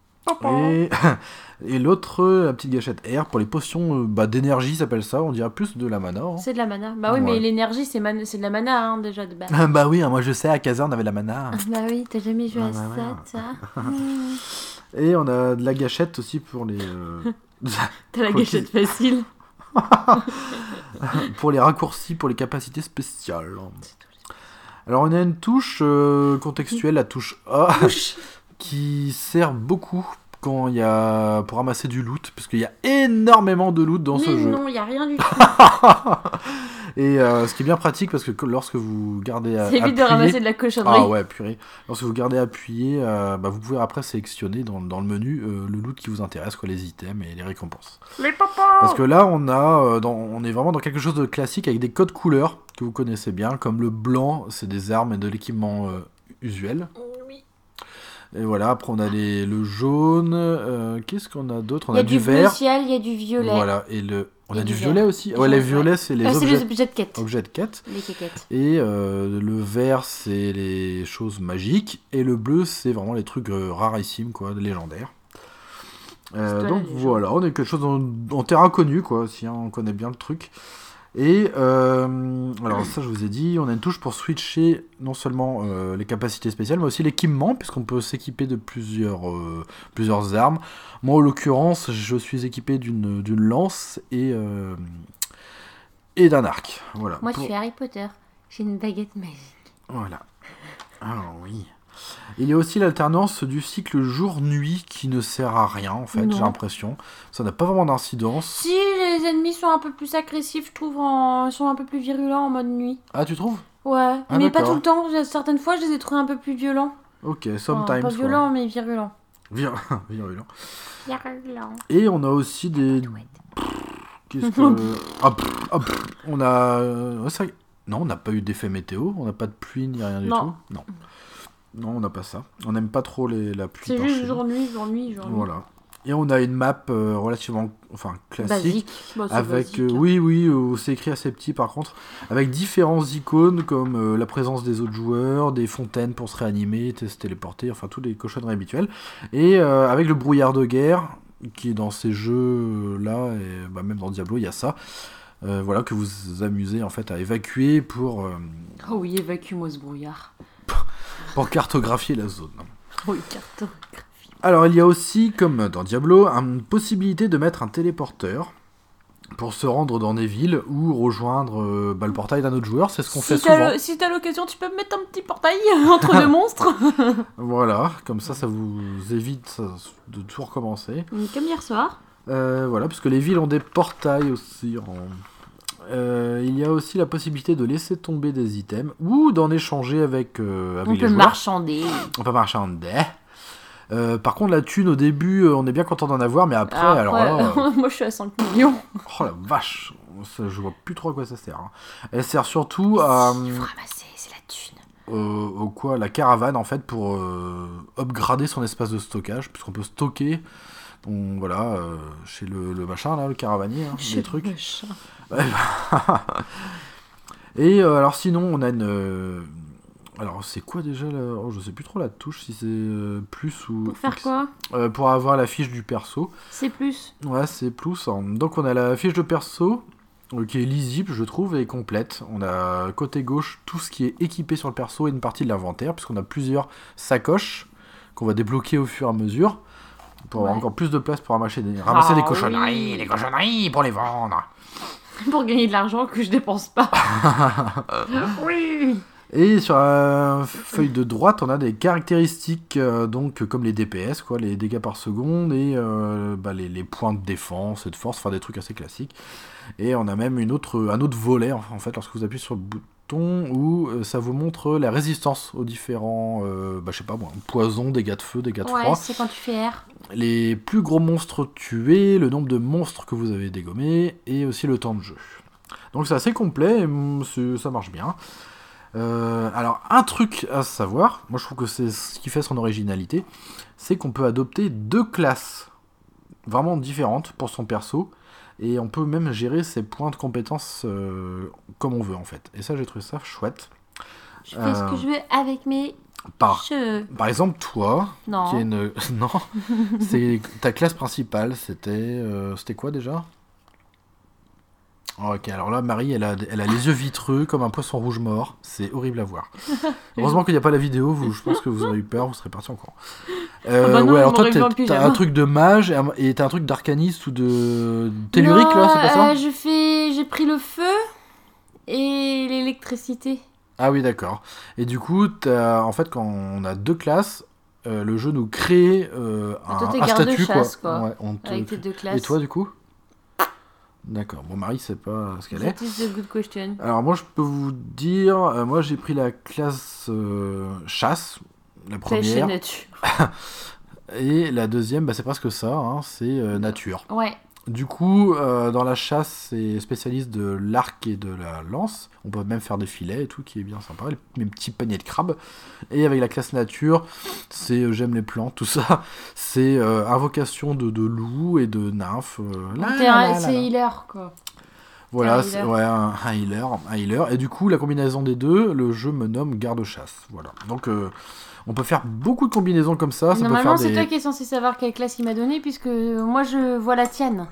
B: Et l'autre, la petite gâchette R pour les potions d'énergie, ça s'appelle ça, on dirait plus de la mana. Hein.
C: C'est de la mana. Bah oui,
B: Ouais.
C: mais l'énergie, c'est de la mana hein, déjà de base.
B: Bah oui, hein, moi je sais, à Kazan on avait de la mana.
C: Bah oui, t'as jamais joué à
B: Ah, bah
C: ça, toi.
B: Et on a de la gâchette aussi pour les...
C: T'as la gâchette facile.
B: pour les raccourcis, pour les capacités spéciales. Alors on a une touche contextuelle, la touche A, qui sert beaucoup quand il y a pour ramasser du loot, parce qu'il y a énormément de loot dans ce jeu.
C: Non, il y a rien du tout.
B: Et ce qui est bien pratique, parce que lorsque vous gardez
C: C'est évite de ramasser de la cochonnerie.
B: Ah ouais, purée. Lorsque vous gardez appuyé, vous pouvez après sélectionner dans le menu le loot qui vous intéresse, quoi, les items et les récompenses.
C: Les papas.
B: Parce que là, on est vraiment dans quelque chose de classique avec des codes couleurs que vous connaissez bien, comme le blanc, c'est des armes et de l'équipement usuel.
C: Oui.
B: Et voilà, après on a le jaune, qu'est-ce qu'on a d'autre? On
C: Il y
B: a
C: a
B: du
C: bleu
B: vert.
C: ciel, il y a du violet.
B: Voilà, on a
C: Et
B: du
C: du
B: violet
C: vert.
B: aussi.
C: Et
B: Ouais, les
C: jaune,
B: violets,
C: ouais.
B: c'est les
C: C'est
B: objets,
C: les objets de quête.
B: objets de quête.
C: Les quéquettes.
B: Et le vert, c'est les choses magiques. Et le bleu, c'est vraiment les trucs rarissimes, quoi, légendaires.
C: toi,
B: Donc
C: la légende.
B: voilà, on est quelque chose en terrain connu, quoi, si hein, on connaît bien le truc. Et alors ça je vous ai dit, on a une touche pour switcher non seulement les capacités spéciales, mais aussi l'équipement, puisqu'on peut s'équiper de plusieurs armes. Moi en l'occurrence, je suis équipé d'une lance et d'un arc. Voilà.
C: Moi, je suis Harry Potter. J'ai une baguette magique.
B: Voilà. Ah oui. Il y a aussi l'alternance du cycle jour-nuit qui ne sert à rien en fait,
C: Non.
B: j'ai l'impression. Ça n'a pas vraiment d'incidence.
C: Si les ennemis sont un peu plus agressifs, je trouve, ils sont un peu plus virulents en mode nuit.
B: Ah tu trouves?
C: Ouais,
B: Ah,
C: mais pas
B: d'accord.
C: tout le temps. Certaines fois, je les ai trouvés un peu plus violents.
B: Ok,
C: Enfin,
B: sometimes.
C: pas
B: quoi.
C: violents, mais virulents.
B: Virulent.
C: Virulents.
B: Et on a aussi des... Qu'est-ce que... On a... ouais, c'est vrai. Non, on n'a pas eu d'effet météo, on n'a pas de pluie ni rien du
C: Non.
B: tout. Non. Non, on n'a pas ça. On n'aime pas trop la pluie.
C: C'est
B: par
C: juste
B: chez nous.
C: jour-nuit, jour-nuit, jour-nuit.
B: Voilà. Et on a une map relativement classique.
C: Basique. Bah, c'est
B: Avec,
C: basique, hein.
B: oui, c'est écrit assez petit par contre, avec différents icônes comme la présence des autres joueurs, des fontaines pour se réanimer, se téléporter, enfin tous les cochonneries habituelles. Et avec le brouillard de guerre, qui est dans ces jeux-là, et bah, même dans Diablo, il y a ça. Voilà, que vous vous amusez en fait à évacuer pour
C: Oh oui, évacue-moi ce brouillard.
B: cartographier la zone.
C: Oui, carton.
B: Alors il y a aussi, comme dans Diablo, une possibilité de mettre un téléporteur pour se rendre dans des villes ou rejoindre le portail d'un autre joueur, c'est ce qu'on fait souvent.
C: Si t'as l'occasion, tu peux me mettre un petit portail entre deux monstres.
B: Voilà, comme ça vous évite de tout recommencer.
C: Comme hier soir.
B: Voilà, parce que les villes ont des portails aussi. Il y a aussi la possibilité de laisser tomber des items ou d'en échanger avec
C: On
B: les
C: peut
B: joueurs.
C: marchander.
B: On peut marchander. Par contre, la thune au début, on est bien content d'en avoir, mais après, alors là,
C: moi je suis à 5 millions.
B: oh la vache, ça, je vois plus trop à quoi ça sert. Hein. Elle sert surtout à
C: Il faut ramasser, c'est la thune.
B: la caravane en fait pour upgrader son espace de stockage, puisqu'on peut stocker. Donc voilà, chez le machin là, le caravanier, hein, des trucs. Ouais. Et alors sinon, on a une. Alors c'est quoi déjà là, oh, je sais plus trop la touche, si c'est plus ou.
C: Pour faire quoi?
B: Pour avoir la fiche du perso.
C: C'est plus.
B: Ouais, c'est plus. Hein. Donc on a la fiche de perso qui est lisible, je trouve, et complète. On a côté gauche tout ce qui est équipé sur le perso et une partie de l'inventaire, puisqu'on a plusieurs sacoches qu'on va débloquer au fur et à mesure pour avoir encore plus de place pour ramasser des cochonneries,
C: oui.
B: les cochonneries pour les vendre.
C: Pour gagner de l'argent que je dépense pas. Oui.
B: Et sur la feuille de droite, on a des caractéristiques donc comme les DPS, quoi, les dégâts par seconde et les points de défense et de force, enfin des trucs assez classiques. Et on a même un autre volet en fait lorsque vous appuyez sur le bouton où ça vous montre la résistance aux différents je sais pas moi, poisons, dégâts de feu, dégâts de froid.
C: Ouais, c'est quand tu fais R.
B: Les plus gros monstres tués, le nombre de monstres que vous avez dégommés et aussi le temps de jeu. Donc c'est assez complet et ça marche bien. Alors un truc à savoir, moi je trouve que c'est ce qui fait son originalité, c'est qu'on peut adopter 2 classes vraiment différentes pour son perso et on peut même gérer ses points de compétences comme on veut en fait. Et ça j'ai trouvé ça chouette.
C: Je fais ce que je veux avec mes cheveux.
B: Par exemple toi,
C: Non.
B: qui est une... non, c'est ta classe principale, c'était quoi déjà? Ok, alors là, Marie, elle a les yeux vitreux comme un poisson rouge mort. C'est horrible à voir. Heureusement qu'il n'y a pas la vidéo. Je pense que vous aurez eu peur, vous serez parti en courant.
C: non,
B: alors toi,
C: m'aurait vu en
B: t'as
C: pyjama.
B: un truc de mage et t'as un truc d'arcaniste ou de tellurique, là, c'est pas ça?
C: J'ai pris le feu et l'électricité.
B: Ah oui, d'accord. Et du coup, en fait, quand on a 2 classes, le jeu nous crée
C: Toi, t'es
B: un statut,
C: garde-chasse,
B: quoi.
C: quoi.
B: Ouais,
C: Avec tes 2 classes.
B: Et toi, du coup? D'accord. Bon, Marie, c'est pas ce qu'elle est.
C: That is a good question.
B: Alors moi je peux vous dire, moi j'ai pris la classe chasse, la
C: Pêche et
B: première,
C: nature.
B: et la deuxième c'est presque ça, hein, c'est nature.
C: Ouais.
B: Du coup dans la chasse c'est spécialiste de l'arc et de la lance, on peut même faire des filets et tout qui est bien sympa, mes petits paniers de crabes. Et avec la classe nature c'est j'aime les plantes, tout ça, c'est invocation de loups et de nymphes.
C: C'est healer, quoi.
B: Voilà,
C: C'est un
B: ouais, un healer. Et du coup, la combinaison des deux, le jeu me nomme garde-chasse. Voilà. Donc, on peut faire beaucoup de combinaisons comme ça. Ça peut
C: Normalement,
B: faire
C: c'est toi qui es censé savoir quelle classe il m'a donné, puisque moi, je vois la tienne.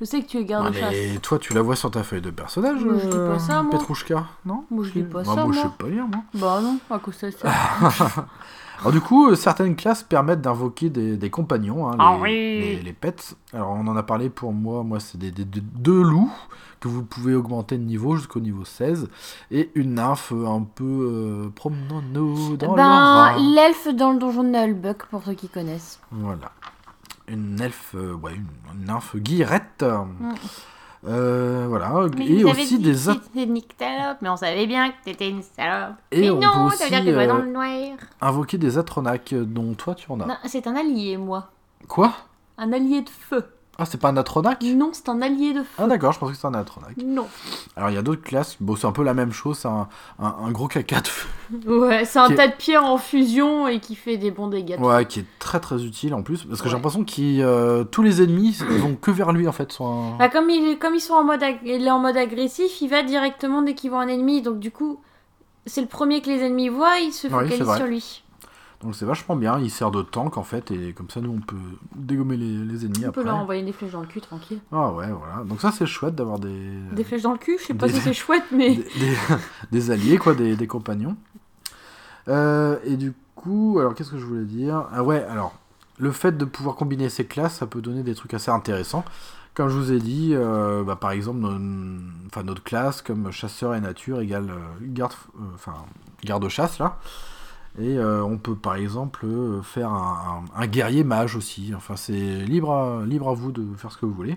C: Je sais que tu es garde-chasse.
B: Mais toi, tu la vois sur ta feuille de personnage,
C: Je dis pas ça, moi.
B: Petrouchka, non?
C: Moi, je dis pas
B: Bah,
C: ça,
B: moi, je
C: moi.
B: sais pas lire, moi.
C: Bah non, à cause de ça.
B: Alors du coup, certaines classes permettent d'invoquer des compagnons, hein,
C: Ah oui.
B: les pets. Alors on en a parlé pour moi c'est deux loups que vous pouvez augmenter de niveau jusqu'au niveau 16, et une nymphe un peu promenons-nous dans l'aura.
C: L'elfe dans le donjon de Nullbuck, pour ceux qui connaissent.
B: Voilà. Une elfe, une nymphe guillerette. Voilà.
C: Mais
B: et
C: vous avez
B: aussi
C: dit
B: des...
C: que t'étais une salope, mais on savait bien que t'étais une salope.
B: Et
C: mais
B: on
C: non,
B: peut
C: ça veut dire
B: aussi,
C: que tu vas dans le noir.
B: invoquer des Atronach, dont toi tu en as.
C: Non, c'est un allié, moi.
B: Quoi?
C: Un allié de feu.
B: Ah, c'est pas un Atronach?
C: Non, c'est un allié de feu.
B: Ah d'accord, je pensais que c'était un Atronach.
C: Non.
B: Alors il y a d'autres classes, bon c'est un peu la même chose, c'est un gros caca de feu.
C: Ouais, c'est un
B: Qui est-
C: tas de pierres en fusion et qui fait des bons dégâts.
B: Ouais, qui est très très utile en plus, parce que j'ai
C: Ouais.
B: l'impression que tous les ennemis vont que vers lui en fait.
C: Bah, comme ils sont en mode, il est en mode agressif, il va directement dès qu'ils voient un ennemi. Donc du coup, c'est le premier que les ennemis voient, ils se
B: Oui,
C: focalisent
B: c'est vrai.
C: sur lui.
B: Donc c'est vachement bien, il sert de tank en fait, et comme ça nous on peut dégommer les ennemis
C: On
B: après.
C: peut leur envoyer des flèches dans le cul, tranquille.
B: Ah ouais, voilà. Donc ça c'est chouette d'avoir
C: Des flèches dans le cul, je sais pas
B: des-
C: si c'est chouette, mais...
B: des alliés, quoi, des compagnons. Et du coup, alors qu'est-ce que je voulais dire? Ah ouais, alors, le fait de pouvoir combiner ces classes, ça peut donner des trucs assez intéressants. Comme je vous ai dit, par exemple, notre classe, comme chasseur et nature, égale garde-chasse, là. Et on peut, par exemple, faire un guerrier mage aussi. Enfin, c'est libre à vous de faire ce que vous voulez.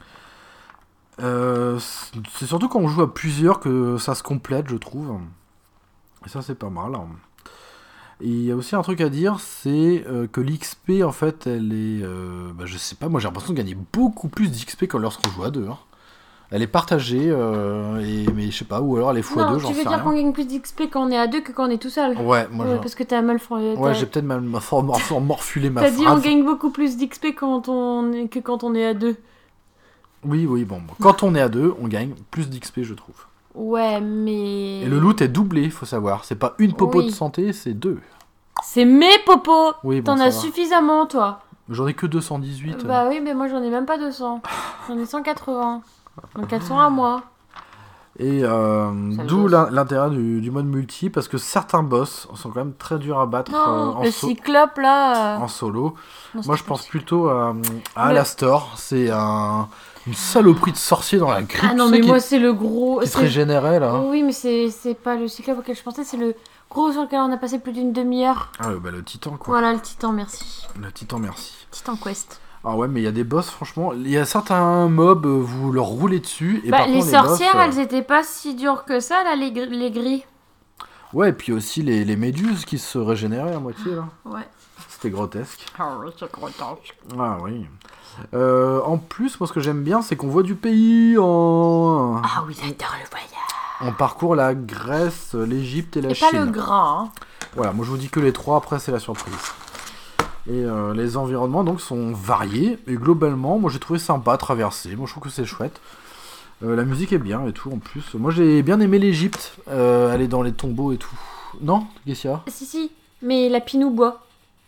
B: C'est surtout quand on joue à plusieurs que ça se complète, je trouve. Et ça, c'est pas mal. Et il y a aussi un truc à dire, c'est que l'XP, en fait, elle est... je sais pas, moi j'ai l'impression de gagner beaucoup plus d'XP que lorsqu'on joue à deux. Hein. Elle est partagée, mais je sais pas, ou alors elle est x2,
C: Non,
B: j'en
C: tu veux
B: sais
C: dire
B: rien.
C: qu'on gagne plus d'XP quand on est à deux que quand on est tout seul.
B: Ouais, moi
C: Ouais, parce que t'as mal...
B: Ouais, j'ai peut-être mal morfulé ma
C: T'as
B: phrase.
C: dit on gagne beaucoup plus d'XP que quand on est à deux.
B: Oui, bon. Quand on est à deux, on gagne plus d'XP, je trouve.
C: Ouais, mais...
B: Et le loot est doublé, faut savoir. C'est pas une popo
C: Oui.
B: de santé, c'est 2.
C: C'est mes popos.
B: Oui, bon,
C: T'en
B: ça
C: as
B: va.
C: suffisamment, toi.
B: J'en ai que 218.
C: Bah oui, mais moi j'en ai même pas 200. J'en ai 180. Donc 400 à moi.
B: Et d'où l'intérêt du mode multi, parce que certains boss sont quand même très durs à battre
C: Non, le cyclope là...
B: en solo.
C: Non,
B: Moi
C: c'est
B: je pense
C: pas
B: plutôt à Alastor. C'est une saloperie de sorcier dans la crypte.
C: Ah non,
B: tu sais,
C: mais moi c'est le gros...
B: qui se régénérait là.
C: Oui, mais c'est pas le cyclope auquel je pensais, c'est le gros sur lequel on a passé plus d'1 demi-heure.
B: Ah bah le titan quoi.
C: Voilà, le titan, merci.
B: Le titan, merci.
C: Titan Quest.
B: Ah ouais, mais il y a des boss, franchement. Il y a certains mobs, vous leur roulez dessus. Et
C: Bah,
B: par
C: les
B: contre,
C: sorcières,
B: boss,
C: elles étaient pas si dures que ça, là, les gris.
B: Ouais, et puis aussi les méduses qui se régénéraient à moitié là.
C: Ouais.
B: C'était grotesque.
C: Ah oui, c'est grotesque.
B: Ah oui. En plus, moi ce que j'aime bien, c'est qu'on voit du pays en...
C: Ah oui, j'adore le voyage.
B: On parcourt la Grèce, l'Égypte et la
C: Et
B: Chine.
C: pas le gras, hein.
B: Voilà, moi je vous dis que les trois, après c'est la surprise. Et les environnements donc sont variés, et globalement, moi j'ai trouvé sympa à traverser, moi je trouve que c'est chouette. La musique est bien et tout en plus. Moi j'ai bien aimé l'Égypte, aller dans les tombeaux et tout. Non, Gessia?
C: Si, mais la pinou boit.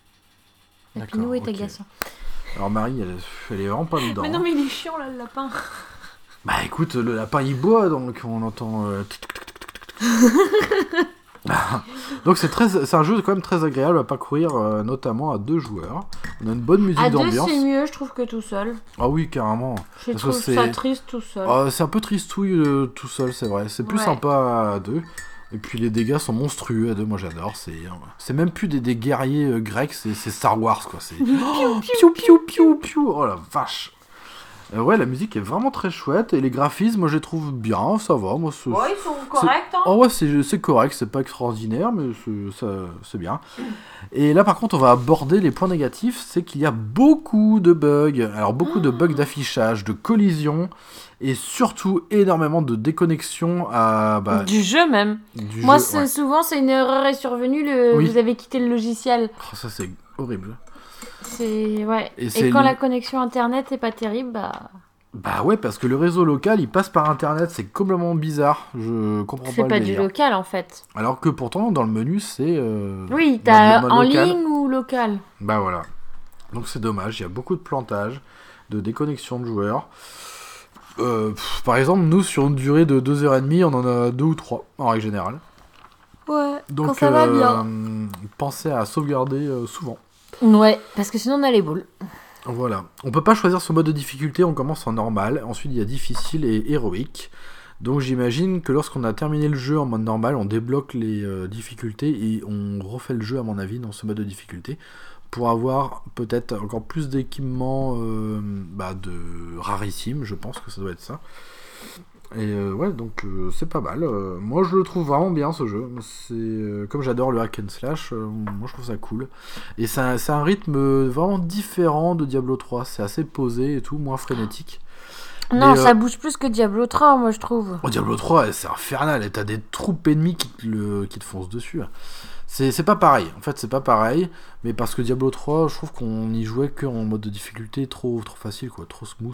C: La
B: D'accord,
C: pinou est
B: ok.
C: agaçant.
B: Alors Marie, elle est vraiment pas dedans.
C: Mais non,
B: hein.
C: mais il est chiant, là, le lapin.
B: Bah écoute, le lapin il boit, donc on entend... Donc c'est un jeu quand même très agréable à parcourir, notamment à 2 joueurs. On a une bonne musique
C: À deux,
B: d'ambiance.
C: c'est mieux, je trouve, que tout seul.
B: Ah oui, carrément.
C: Je
B: Parce que
C: trouve
B: c'est-
C: ça triste tout seul.
B: C'est un peu tristouille tout seul, c'est vrai. C'est plus
C: Ouais.
B: sympa à 2. Et puis les dégâts sont monstrueux à 2, moi j'adore. C'est même plus des guerriers grecs, c'est Star Wars quoi. C'est piou piou piou piou. Oh la vache. Ouais, la musique est vraiment très chouette et les graphismes, moi je les trouve bien, ça va. Moi,
C: Ouais, ils sont corrects, hein.
B: Oh ouais, c'est correct, c'est pas extraordinaire, mais c'est bien. Et là, par contre, on va aborder les points négatifs, c'est qu'il y a beaucoup de bugs. Alors, beaucoup de bugs d'affichage, de collision, et surtout énormément de déconnexion
C: Du jeu, même.
B: du
C: Moi,
B: jeu. Ouais.
C: souvent, c'est une erreur est survenue,
B: Oui.
C: vous avez quitté le logiciel.
B: Oh, ça, c'est horrible.
C: Ouais.
B: Et
C: Et,
B: c'est
C: quand
B: le-
C: la connexion internet est pas terrible, bah...
B: Bah ouais, parce que le réseau local, il passe par Internet, c'est complètement bizarre. Je comprends pas
C: C'est
B: le
C: pas du
B: délire.
C: local, en fait.
B: Alors que pourtant, dans le menu, c'est...
C: Oui,
B: mode-
C: t'as
B: mode
C: en
B: local.
C: ligne ou local.
B: Bah voilà. Donc c'est dommage, il y a beaucoup de plantage, de déconnexion de joueurs. Par exemple, nous, sur une durée de 2h30, on en a 2 ou 3, en règle générale.
C: Ouais,
B: Donc,
C: quand ça va bien.
B: Pensez à sauvegarder souvent.
C: Ouais, parce que sinon on a les boules.
B: Voilà. On peut pas choisir son mode de difficulté, on commence en normal, ensuite il y a difficile et héroïque. Donc j'imagine que lorsqu'on a terminé le jeu en mode normal, on débloque les difficultés et on refait le jeu à mon avis dans ce mode de difficulté pour avoir peut-être encore plus d'équipements de rarissimes, je pense que ça doit être ça. Et ouais, donc c'est pas mal. Moi je le trouve vraiment bien ce jeu. C'est comme j'adore le hack and slash, moi je trouve ça cool. Et c'est un rythme vraiment différent de Diablo 3. C'est assez posé et tout, moins frénétique.
C: Non, ça bouge plus que Diablo 3, moi je trouve.
B: Diablo 3, c'est infernal et t'as des troupes ennemies qui te foncent dessus. C'est pas pareil, en fait c'est pas pareil, mais parce que Diablo 3, je trouve qu'on y jouait que en mode de difficulté trop facile, quoi, trop smooth.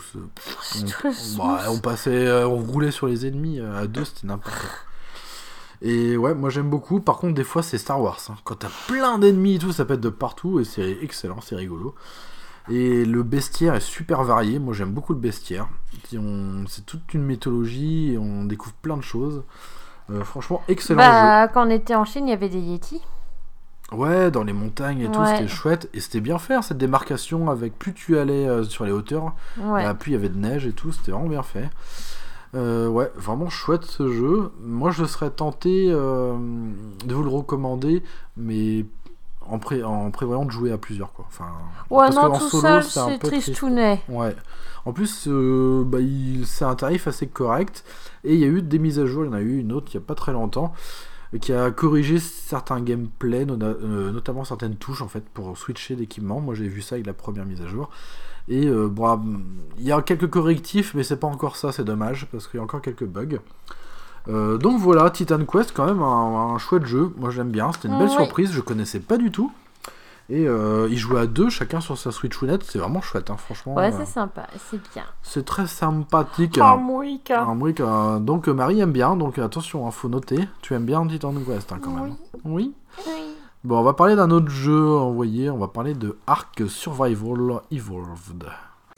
B: On roulait sur les ennemis à 2, c'était n'importe quoi. Et ouais, moi j'aime beaucoup, par contre des fois c'est Star Wars, hein. Quand t'as plein d'ennemis et tout, ça pète de partout et c'est excellent, c'est rigolo. Et le bestiaire est super varié, moi j'aime beaucoup le bestiaire. C'est toute une mythologie et on découvre plein de choses. Franchement, excellent jeu.
C: Quand on était en Chine, il y avait des Yetis.
B: Ouais, dans les montagnes et tout, c'était chouette. Et c'était bien fait, cette démarcation, avec plus tu allais sur les hauteurs, plus il y avait de neige et tout, c'était vraiment bien fait. Ouais, vraiment chouette ce jeu. Moi, je serais tenté de vous le recommander, mais en prévoyant de jouer à plusieurs, quoi. Enfin,
C: ouais, non, tout solo, seul, c'est tristounet.
B: Ouais. En plus, c'est un tarif assez correct. Et il y a eu des mises à jour. Il y en a eu une autre il n'y a pas très longtemps qui a corrigé certains gameplays, notamment certaines touches en fait pour switcher d'équipement. Moi, j'ai vu ça avec la première mise à jour. Et il y a quelques correctifs, mais c'est pas encore ça. C'est dommage parce qu'il y a encore quelques bugs. Donc voilà, Titan Quest, quand même un chouette jeu. Moi, j'aime bien. C'était une belle surprise. Je connaissais pas du tout. Et ils jouaient à 2, chacun sur sa Switchounette, c'est vraiment chouette, hein, franchement.
C: Ouais, c'est sympa, c'est bien.
B: C'est très sympathique. Donc Marie aime bien, donc attention, faut noter. Tu aimes bien Titan Quest, hein, quand même. Oui. Bon, on va parler d'un autre jeu envoyé, on va parler de Ark Survival Evolved.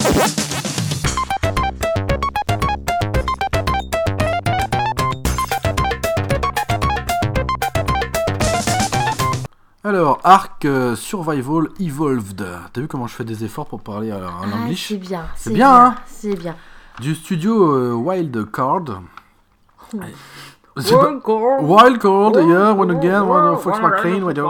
B: Alors, Ark Survival Evolved. T'as vu comment je fais des efforts pour parler en anglais?
C: C'est bien.
B: C'est bien, hein?
C: C'est bien.
B: Du studio Wild Card.
A: Wild Card,
B: yeah, when again, when the Fox McClane, when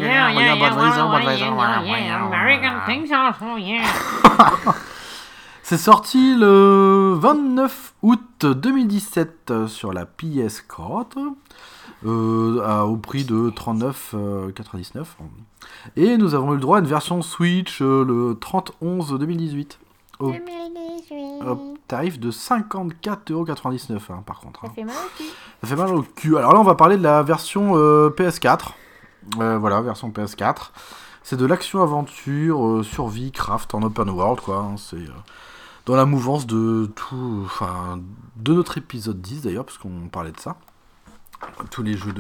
A: American things also, yeah.
B: C'est sorti le 29 août 2017 sur la PS4. Au prix de 39,99. Et nous avons eu le droit à une version Switch le 30/11/2018 au tarif de 54,99€, hein, par contre.
C: Ça fait mal au cul.
B: Ça fait mal au cul. Alors là, on va parler de la version PS4. Voilà, version PS4. C'est de l'action-aventure, survie, craft en open world, quoi. Hein, c'est dans la mouvance de tout... Enfin, de notre épisode 10, d'ailleurs, parce qu'on parlait de ça. Tous les jeux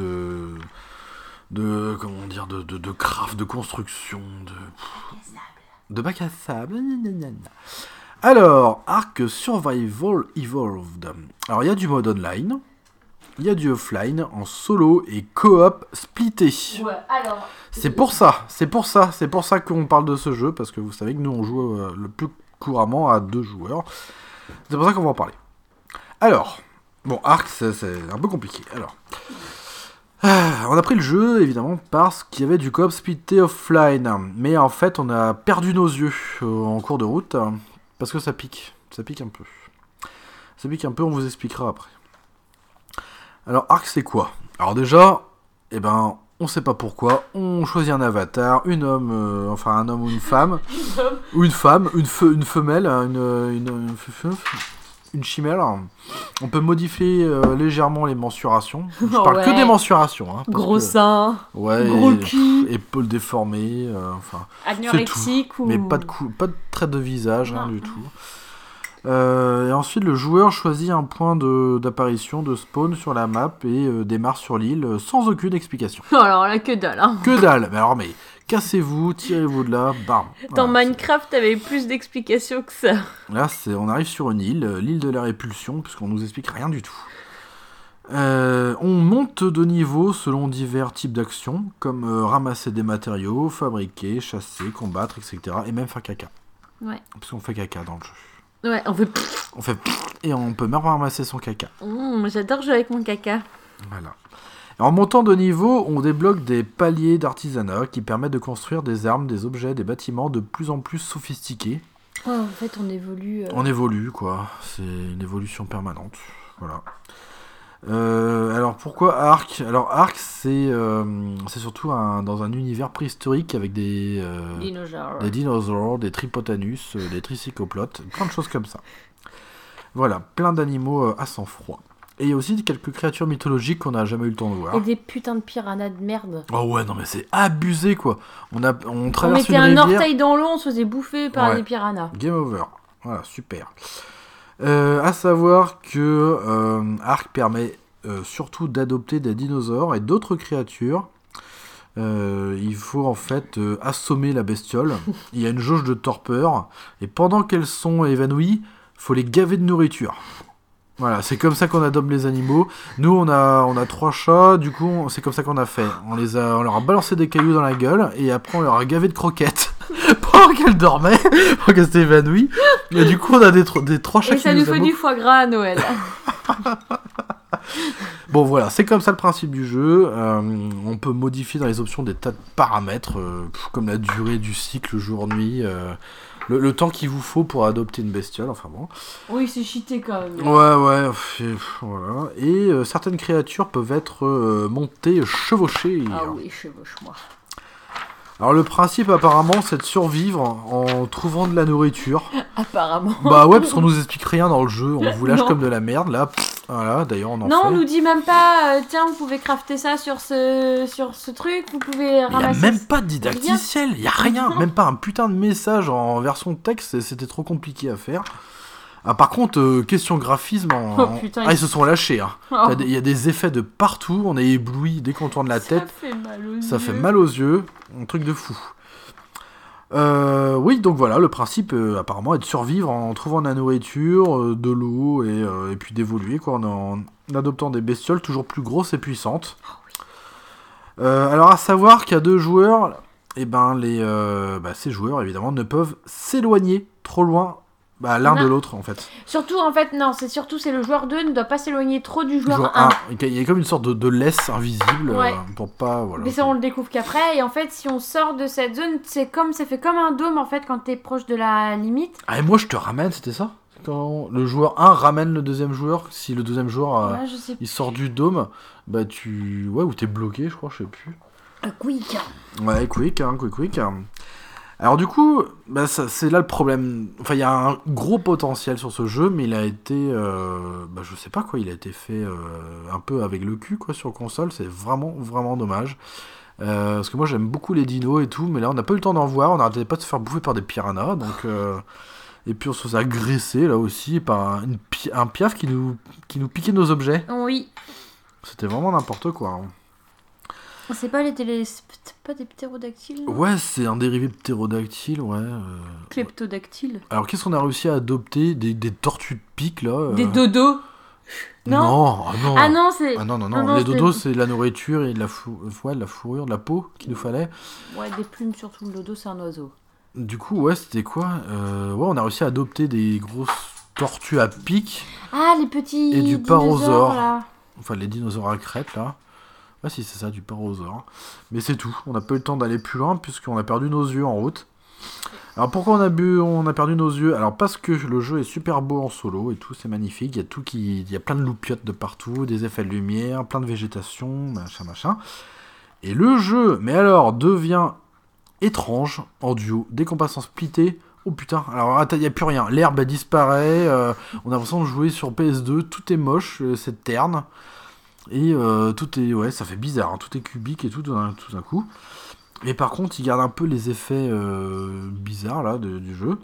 B: de craft, de construction, de bac à sable. Alors, Ark Survival Evolved. Alors, il y a du mode online, il y a du offline en solo et coop splitté.
C: Ouais, alors.
B: C'est pour ça qu'on parle de ce jeu, parce que vous savez que nous on joue le plus couramment à 2 joueurs. C'est pour ça qu'on va en parler. Alors. Bon, Ark, c'est un peu compliqué. Alors, on a pris le jeu, évidemment, parce qu'il y avait du coop splitté offline. Mais en fait, on a perdu nos yeux en cours de route, parce que ça pique. Ça pique un peu. Ça pique un peu, on vous expliquera après. Alors, Ark, c'est quoi? Alors déjà, on sait pas pourquoi, on choisit un avatar, un homme ou une femme, ou une femelle, une chimère. On peut modifier légèrement les mensurations. Je parle que des mensurations. Hein,
C: gros sein, gros cul,
B: épaules déformées,
C: anorexique ou...
B: Mais pas de trait de visage, rien du tout. Et ensuite, le joueur choisit un point d'apparition, de spawn sur la map et démarre sur l'île sans aucune explication.
C: Alors là, que dalle, hein.
B: Que dalle. Mais cassez-vous, tirez-vous de là, bam.
C: Dans
B: Voilà,
C: Minecraft, t'avais plus d'explications que ça.
B: Là, on arrive sur une île, l'île de la répulsion, puisqu'on nous explique rien du tout. On monte de niveau selon divers types d'actions, comme ramasser des matériaux, fabriquer, chasser, combattre, etc. Et même faire caca.
C: Ouais.
B: Parce qu'on fait caca dans le jeu.
C: Ouais, on fait...
B: On fait et on peut même ramasser son caca.
C: J'adore jouer avec mon caca.
B: Voilà. Et en montant de niveau, on débloque des paliers d'artisanat qui permettent de construire des armes, des objets, des bâtiments de plus en plus sophistiqués.
C: Ouais, en fait, on évolue.
B: On évolue, quoi. C'est une évolution permanente. Voilà. Alors pourquoi Ark ? Alors Ark, c'est surtout dans un univers préhistorique avec des dinosaures, des tripotanus, des tricycloplotes, plein de choses comme ça. Voilà, plein d'animaux à sang-froid. Et il y a aussi quelques créatures mythologiques qu'on n'a jamais eu le temps de voir.
C: Et des putains de piranhas de merde.
B: Oh ouais, non mais c'est abusé quoi. On traverse une rivière.
C: On mettait un orteil dans l'eau, on se faisait bouffer par des piranhas.
B: Game over. Voilà, super. À savoir que Ark permet surtout d'adopter des dinosaures et d'autres créatures. Il faut en fait assommer la bestiole. Il y a une jauge de torpeur et pendant qu'elles sont évanouies, faut les gaver de nourriture. Voilà, c'est comme ça qu'on adopte les animaux. Nous, on a 3 chats, du coup, c'est comme ça qu'on a fait. On leur a balancé des cailloux dans la gueule et après on leur a gavé de croquettes pendant qu'elles dormaient, pendant qu'elles s'étaient évanouies. Et du coup, on a des 3 chats.
C: Et ça nous fait du foie gras à Noël.
B: Bon voilà, c'est comme ça le principe du jeu. On peut modifier dans les options des tas de paramètres, comme la durée du cycle jour-nuit, le temps qu'il vous faut pour adopter une bestiole, enfin bon.
C: Oui, c'est cheaté quand même.
B: Ouais, voilà. Et certaines créatures peuvent être montées, chevauchées.
C: Ah oui, chevauche-moi.
B: Alors le principe apparemment c'est de survivre en trouvant de la nourriture.
C: Apparemment.
B: Bah ouais, parce qu'on nous explique rien dans le jeu, on vous lâche comme de la merde là. Voilà, d'ailleurs on en fait.
C: Non, on nous dit même pas, tiens, vous pouvez crafter ça sur ce truc, vous pouvez ramasser...
B: Il n'y a même pas de didacticiel, il n'y a rien, même pas un putain de message en version texte, c'était trop compliqué à faire. Ah, par contre, question graphisme, ils se sont lâchés. Hein.
C: Oh.
B: Il y a des effets de partout, on est ébloui dès qu'on tourne la tête. Ça fait mal aux yeux, un truc de fou. Oui, donc voilà, le principe apparemment est de survivre en trouvant de la nourriture, de l'eau et puis d'évoluer quoi, en adoptant des bestioles toujours plus grosses et puissantes. Oh, oui. Alors à savoir qu'à 2 joueurs, ces joueurs évidemment ne peuvent s'éloigner trop loin l'un de l'autre en fait.
C: Surtout en fait, non, c'est le joueur 2 ne doit pas s'éloigner trop du joueur
B: 1.
C: 1.
B: Il y a comme une sorte de laisse invisible pour pas... Voilà,
C: mais ça on le découvre qu'après, et en fait si on sort de cette zone, ça fait comme un dôme en fait quand t'es proche de la limite.
B: Ah et moi je te ramène, c'était ça ? Quand le joueur 1 ramène le deuxième joueur, si le deuxième joueur il sort du dôme, ou t'es bloqué je crois, je sais plus.
C: Quick.
B: Ouais, quick. Alors du coup, c'est là le problème. Enfin, il y a un gros potentiel sur ce jeu, mais il a été, je sais pas quoi, il a été fait un peu avec le cul quoi sur console. C'est vraiment, vraiment dommage. Parce que moi j'aime beaucoup les dinos et tout, mais là on n'a pas eu le temps d'en voir. On n'arrêtait pas de se faire bouffer par des piranhas, donc. Et puis on se faisait agresser là aussi par un piaf qui nous piquait nos objets.
C: Oui.
B: C'était vraiment n'importe quoi. Hein.
C: C'est pas pas des ptérodactyles non ?
B: Ouais, c'est un dérivé de ptérodactyle, ouais.
C: Kleptodactyle.
B: Alors qu'est-ce qu'on a réussi à adopter ? Des tortues de pique, là
C: Des dodos.
B: Non.
C: Ah non, c'est...
B: Non. Les dodos, c'est la nourriture et de la fourrure, de la peau qu'il nous fallait.
C: Ouais, des plumes surtout. Le dodo, c'est un oiseau.
B: Du coup, ouais, c'était quoi ? On a réussi à adopter des grosses tortues à pique.
C: Ah, les petits
B: et du
C: dinosaures,
B: parasaure.
C: là.
B: Enfin, les dinosaures à crête, là. Ah si, c'est ça, du parasaure. Mais c'est tout. On n'a pas eu le temps d'aller plus loin puisqu'on a perdu nos yeux en route. Alors pourquoi on a perdu nos yeux ? Alors parce que le jeu est super beau en solo et tout, c'est magnifique. Il y a plein de loupiottes de partout, des effets de lumière, plein de végétation, machin. Et le jeu, mais alors, devient étrange en duo. Dès qu'on passe en splitté, oh putain, alors il n'y a plus rien. L'herbe elle disparaît, on a l'impression de jouer sur PS2, tout est moche, c'est terne. Et tout est, ça fait bizarre, hein, tout est cubique et tout d'un coup. Et par contre, il garde un peu les effets bizarres là du jeu.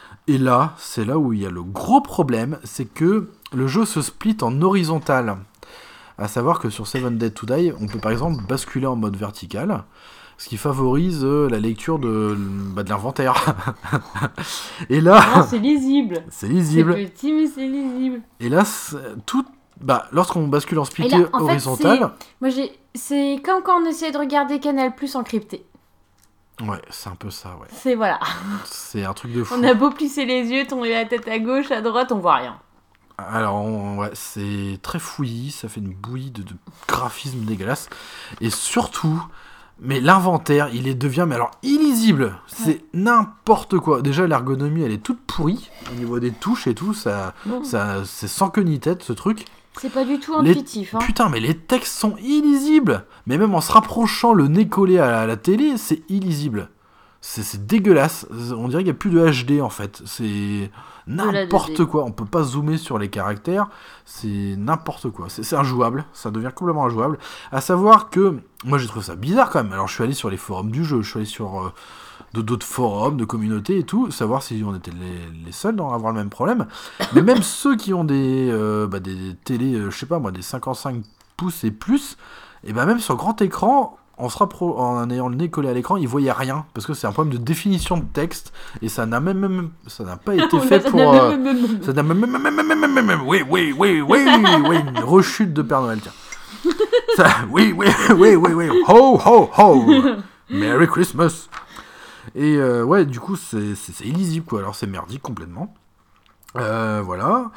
B: Et là, c'est là où il y a le gros problème, c'est que le jeu se split en horizontal. À savoir que sur Seven Dead to Die, on peut par exemple basculer en mode vertical, ce qui favorise la lecture de l'inventaire. Et là...
C: Non, c'est lisible.
B: C'est lisible.
C: C'est petit, mais c'est lisible.
B: Et là, lorsqu'on bascule en splitté horizontal...
C: C'est comme quand on essayait de regarder Canal+ encrypté.
B: Ouais, c'est un peu ça, ouais.
C: C'est voilà.
B: C'est un truc de fou.
C: On a beau plisser les yeux, tourner la tête à gauche, à droite, on voit rien.
B: Alors, c'est très fouillis, ça fait une bouillie de graphisme dégueulasse. Et surtout, mais l'inventaire, devient illisible. C'est n'importe quoi. Déjà, l'ergonomie, elle est toute pourrie. Au niveau des touches et tout, c'est sans queue ni tête, ce truc.
C: C'est pas du tout intuitif.
B: Putain, mais les textes sont illisibles. Mais même en se rapprochant le nez collé à la télé, c'est illisible. C'est dégueulasse. On dirait qu'il n'y a plus de HD, en fait. C'est n'importe quoi. On peut pas zoomer sur les caractères. C'est n'importe quoi. C'est injouable. Ça devient complètement injouable. À savoir que... Moi, j'ai trouvé ça bizarre, quand même. Alors, je suis allé sur les forums du jeu. Je suis allé sur... d'autres forums, de communautés et tout, savoir si on était les seuls à avoir le même problème. Mais même ceux qui ont des télés, je sais pas moi, des 55 pouces et plus, et même sur grand écran, en ayant le nez collé à l'écran, ils voyaient rien, parce que c'est un problème de définition de texte, et ça n'a pas été fait pour... ça n'a oui, une rechute de Père Noël, tiens. Oui, ho, ho, ho, Merry Christmas. Et du coup, c'est illisible, quoi. Alors, c'est merdique complètement. Voilà.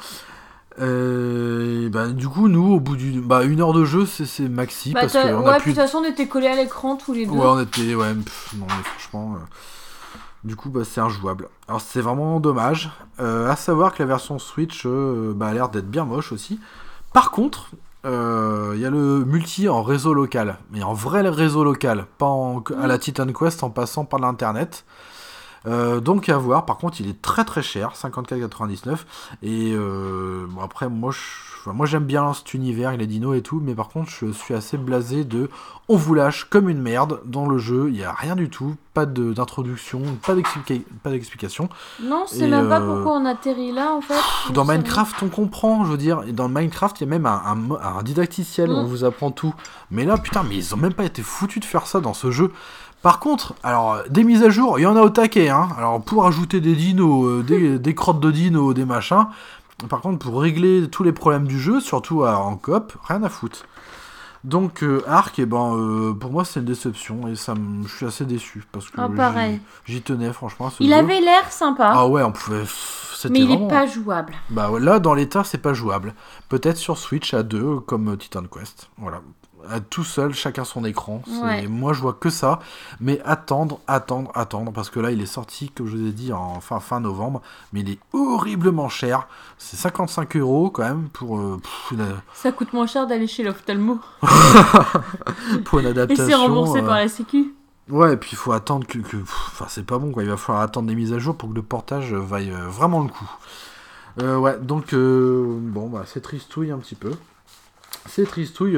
B: Du coup, nous, au bout une heure de jeu, c'est maxi. Parce que
C: de toute façon, on était collés à l'écran tous les deux.
B: Ouais, on était. Ouais, non, mais franchement. Du coup, c'est injouable. Alors, c'est vraiment dommage. À savoir que la version Switch a l'air d'être bien moche aussi. Par contre. Il y a le multi en réseau local, mais en vrai réseau local, pas à la Titan Quest en passant par l'internet. Donc à voir. Par contre, il est très très cher, 54,99. Et après, moi j'aime bien cet univers, il est dino et tout, mais par contre, je suis assez blasé de on vous lâche comme une merde dans le jeu. Il y a rien du tout, pas d'introduction, pas d'explication.
C: Non, c'est même pas pourquoi on atterrit là en fait.
B: Dans Minecraft, on comprend, je veux dire. Et dans Minecraft, il y a même un didacticiel où on vous apprend tout. Mais là, putain, mais ils ont même pas été foutus de faire ça dans ce jeu. Par contre, alors, des mises à jour, il y en a au taquet, hein. Alors, pour ajouter des dinos, des crottes de dinos, des machins. Par contre, pour régler tous les problèmes du jeu, surtout en coop, rien à foutre. Donc, Ark, pour moi, c'est une déception. Et je suis assez déçu. Parce que j'y tenais, franchement, à ce jeu.
C: Il avait l'air sympa.
B: Ah ouais, on pouvait...
C: Mais il est pas jouable.
B: Là, dans l'état, c'est pas jouable. Peut-être sur Switch à 2, comme Titan Quest. Voilà. Tout seul, chacun son écran. Ouais. Moi, je vois que ça. Mais attendre. Parce que là, il est sorti, comme je vous ai dit, fin novembre. Mais il est horriblement cher. C'est 55 € quand même pour...
C: Ça coûte moins cher d'aller chez l'ophtalmo.
B: Pour une adaptation.
C: Et c'est remboursé par la Sécu.
B: Ouais, et puis il faut attendre que c'est pas bon, quoi. Il va falloir attendre des mises à jour pour que le portage vaille vraiment le coup. Donc, c'est tristouille un petit peu. C'est tristouille.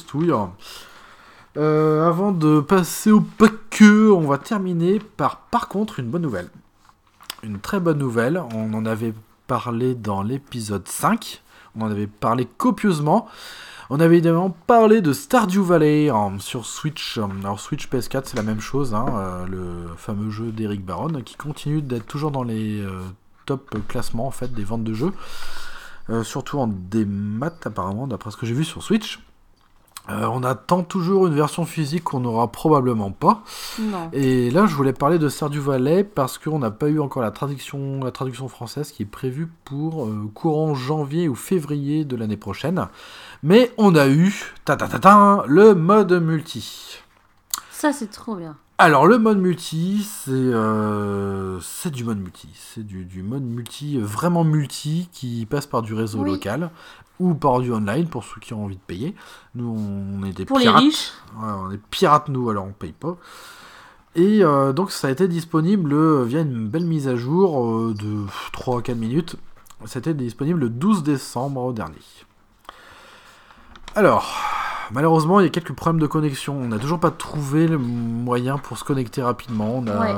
B: Avant de passer au paqueux, on va terminer par contre une bonne nouvelle. Une très bonne nouvelle. On en avait parlé dans l'épisode 5. On en avait parlé copieusement. On avait évidemment parlé de Stardew Valley sur Switch. Alors Switch PS4, c'est la même chose. Le fameux jeu d'Eric Baron qui continue d'être toujours dans les top classements en fait, des ventes de jeux. Surtout en démat apparemment, d'après ce que j'ai vu sur Switch. On attend toujours une version physique qu'on n'aura probablement pas.
C: Non.
B: Et là, je voulais parler de Stardew Valley parce qu'on n'a pas eu encore la traduction française qui est prévue pour courant janvier ou février de l'année prochaine. Mais on a eu le mode multi.
C: Ça, c'est trop bien.
B: Alors, le mode multi, c'est du mode multi. C'est du mode multi, vraiment multi, qui passe par du réseau local ou par du online, pour ceux qui ont envie de payer. Nous, on est des
C: pour
B: pirates.
C: Les riches.
B: Ouais, on est pirates, nous, alors on paye pas. Et donc, ça a été disponible via une belle mise à jour de 3-4 minutes. C'était disponible le 12 décembre dernier. Alors... Malheureusement, il y a quelques problèmes de connexion. On n'a toujours pas trouvé le moyen pour se connecter rapidement.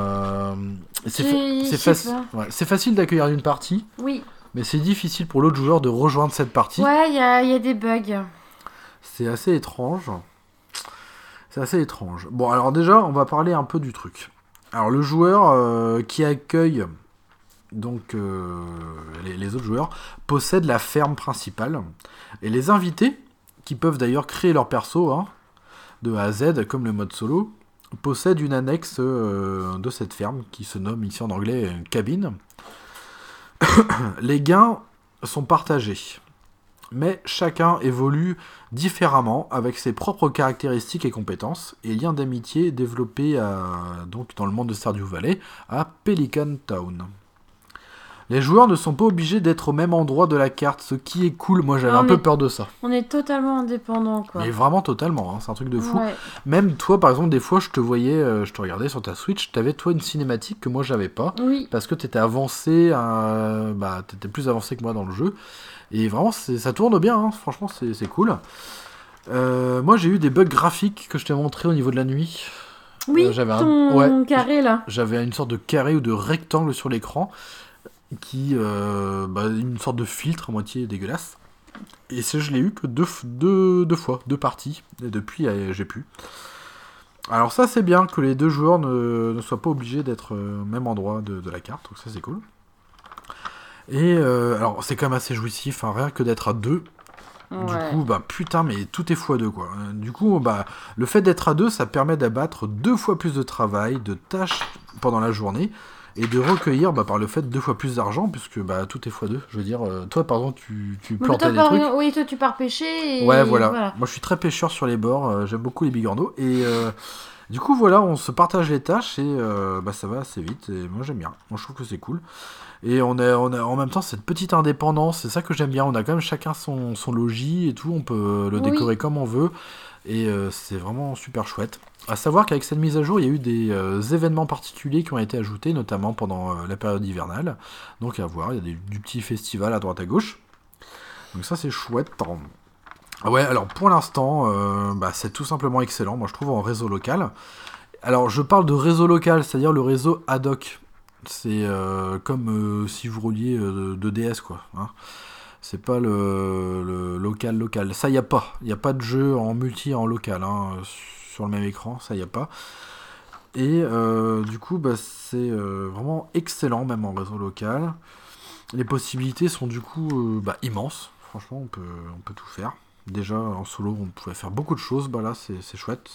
B: C'est facile d'accueillir une partie,
C: Oui.
B: mais c'est difficile pour l'autre joueur de rejoindre cette partie.
C: Ouais, il y a des bugs.
B: C'est assez étrange. Bon, alors déjà, on va parler un peu du truc. Alors, le joueur qui accueille donc les autres joueurs possède la ferme principale. Et les invités, qui peuvent d'ailleurs créer leur perso de A à Z, comme le mode solo, possèdent une annexe de cette ferme, qui se nomme ici en anglais une cabine. Les gains sont partagés, mais chacun évolue différemment avec ses propres caractéristiques et compétences, et liens d'amitié développés donc dans le monde de Stardew Valley à Pelican Town. Les joueurs ne sont pas obligés d'être au même endroit de la carte, ce qui est cool. Moi, j'avais un peu peur de ça.
C: On est totalement indépendants, quoi.
B: Mais vraiment totalement, c'est un truc de fou.
C: Ouais.
B: Même toi, par exemple, des fois, je te voyais, je te regardais sur ta Switch, t'avais toi une cinématique que moi, j'avais pas.
C: Oui.
B: Parce que t'étais avancé, t'étais plus avancé que moi dans le jeu. Et vraiment, ça tourne bien, franchement, c'est cool. Moi, j'ai eu des bugs graphiques que je t'ai montré au niveau de la nuit.
C: Oui, ton carré, là.
B: J'avais une sorte de carré ou de rectangle sur l'écran, qui une sorte de filtre à moitié dégueulasse, et ça je l'ai eu que deux fois, 2 parties, et depuis j'ai pu. Alors ça c'est bien que les deux joueurs ne soient pas obligés d'être au même endroit de la carte, donc ça c'est cool. Et alors c'est quand même assez jouissif, rien que d'être à 2.
C: Ouais.
B: Du coup putain, mais tout est x2 quoi. Du coup le fait d'être à 2, ça permet d'abattre 2 fois plus de travail, de tâches pendant la journée, et de recueillir par le fait 2 fois plus d'argent, puisque tout est x2. Je veux dire, toi par exemple tu plantais des trucs.
C: Oui, toi tu pars pêcher.
B: Ouais, voilà. Moi je suis très pêcheur sur les bords, j'aime beaucoup les bigorneaux, et du coup voilà, on se partage les tâches, et ça va assez vite, et moi j'aime bien. Moi je trouve que c'est cool. Et on a en même temps cette petite indépendance, c'est ça que j'aime bien. On a quand même chacun son logis et tout, on peut le décorer comme on veut, et c'est vraiment super chouette. À savoir qu'avec cette mise à jour, il y a eu des événements particuliers qui ont été ajoutés, notamment pendant la période hivernale. Donc à voir, il y a du petit festival à droite à gauche. Donc ça c'est chouette. Ouais, alors pour l'instant, c'est tout simplement excellent, moi je trouve, en réseau local. Alors je parle de réseau local, c'est-à-dire le réseau ad hoc. C'est comme si vous reliez 2 DS, quoi. C'est pas le local. Ça, y a pas. Il n'y a pas de jeu en multi en local, sur le même écran, ça y a pas. Et du coup, c'est vraiment excellent, même en réseau local. Les possibilités sont du coup immenses. Franchement, on peut tout faire. Déjà, en solo, on pouvait faire beaucoup de choses. Là, c'est chouette.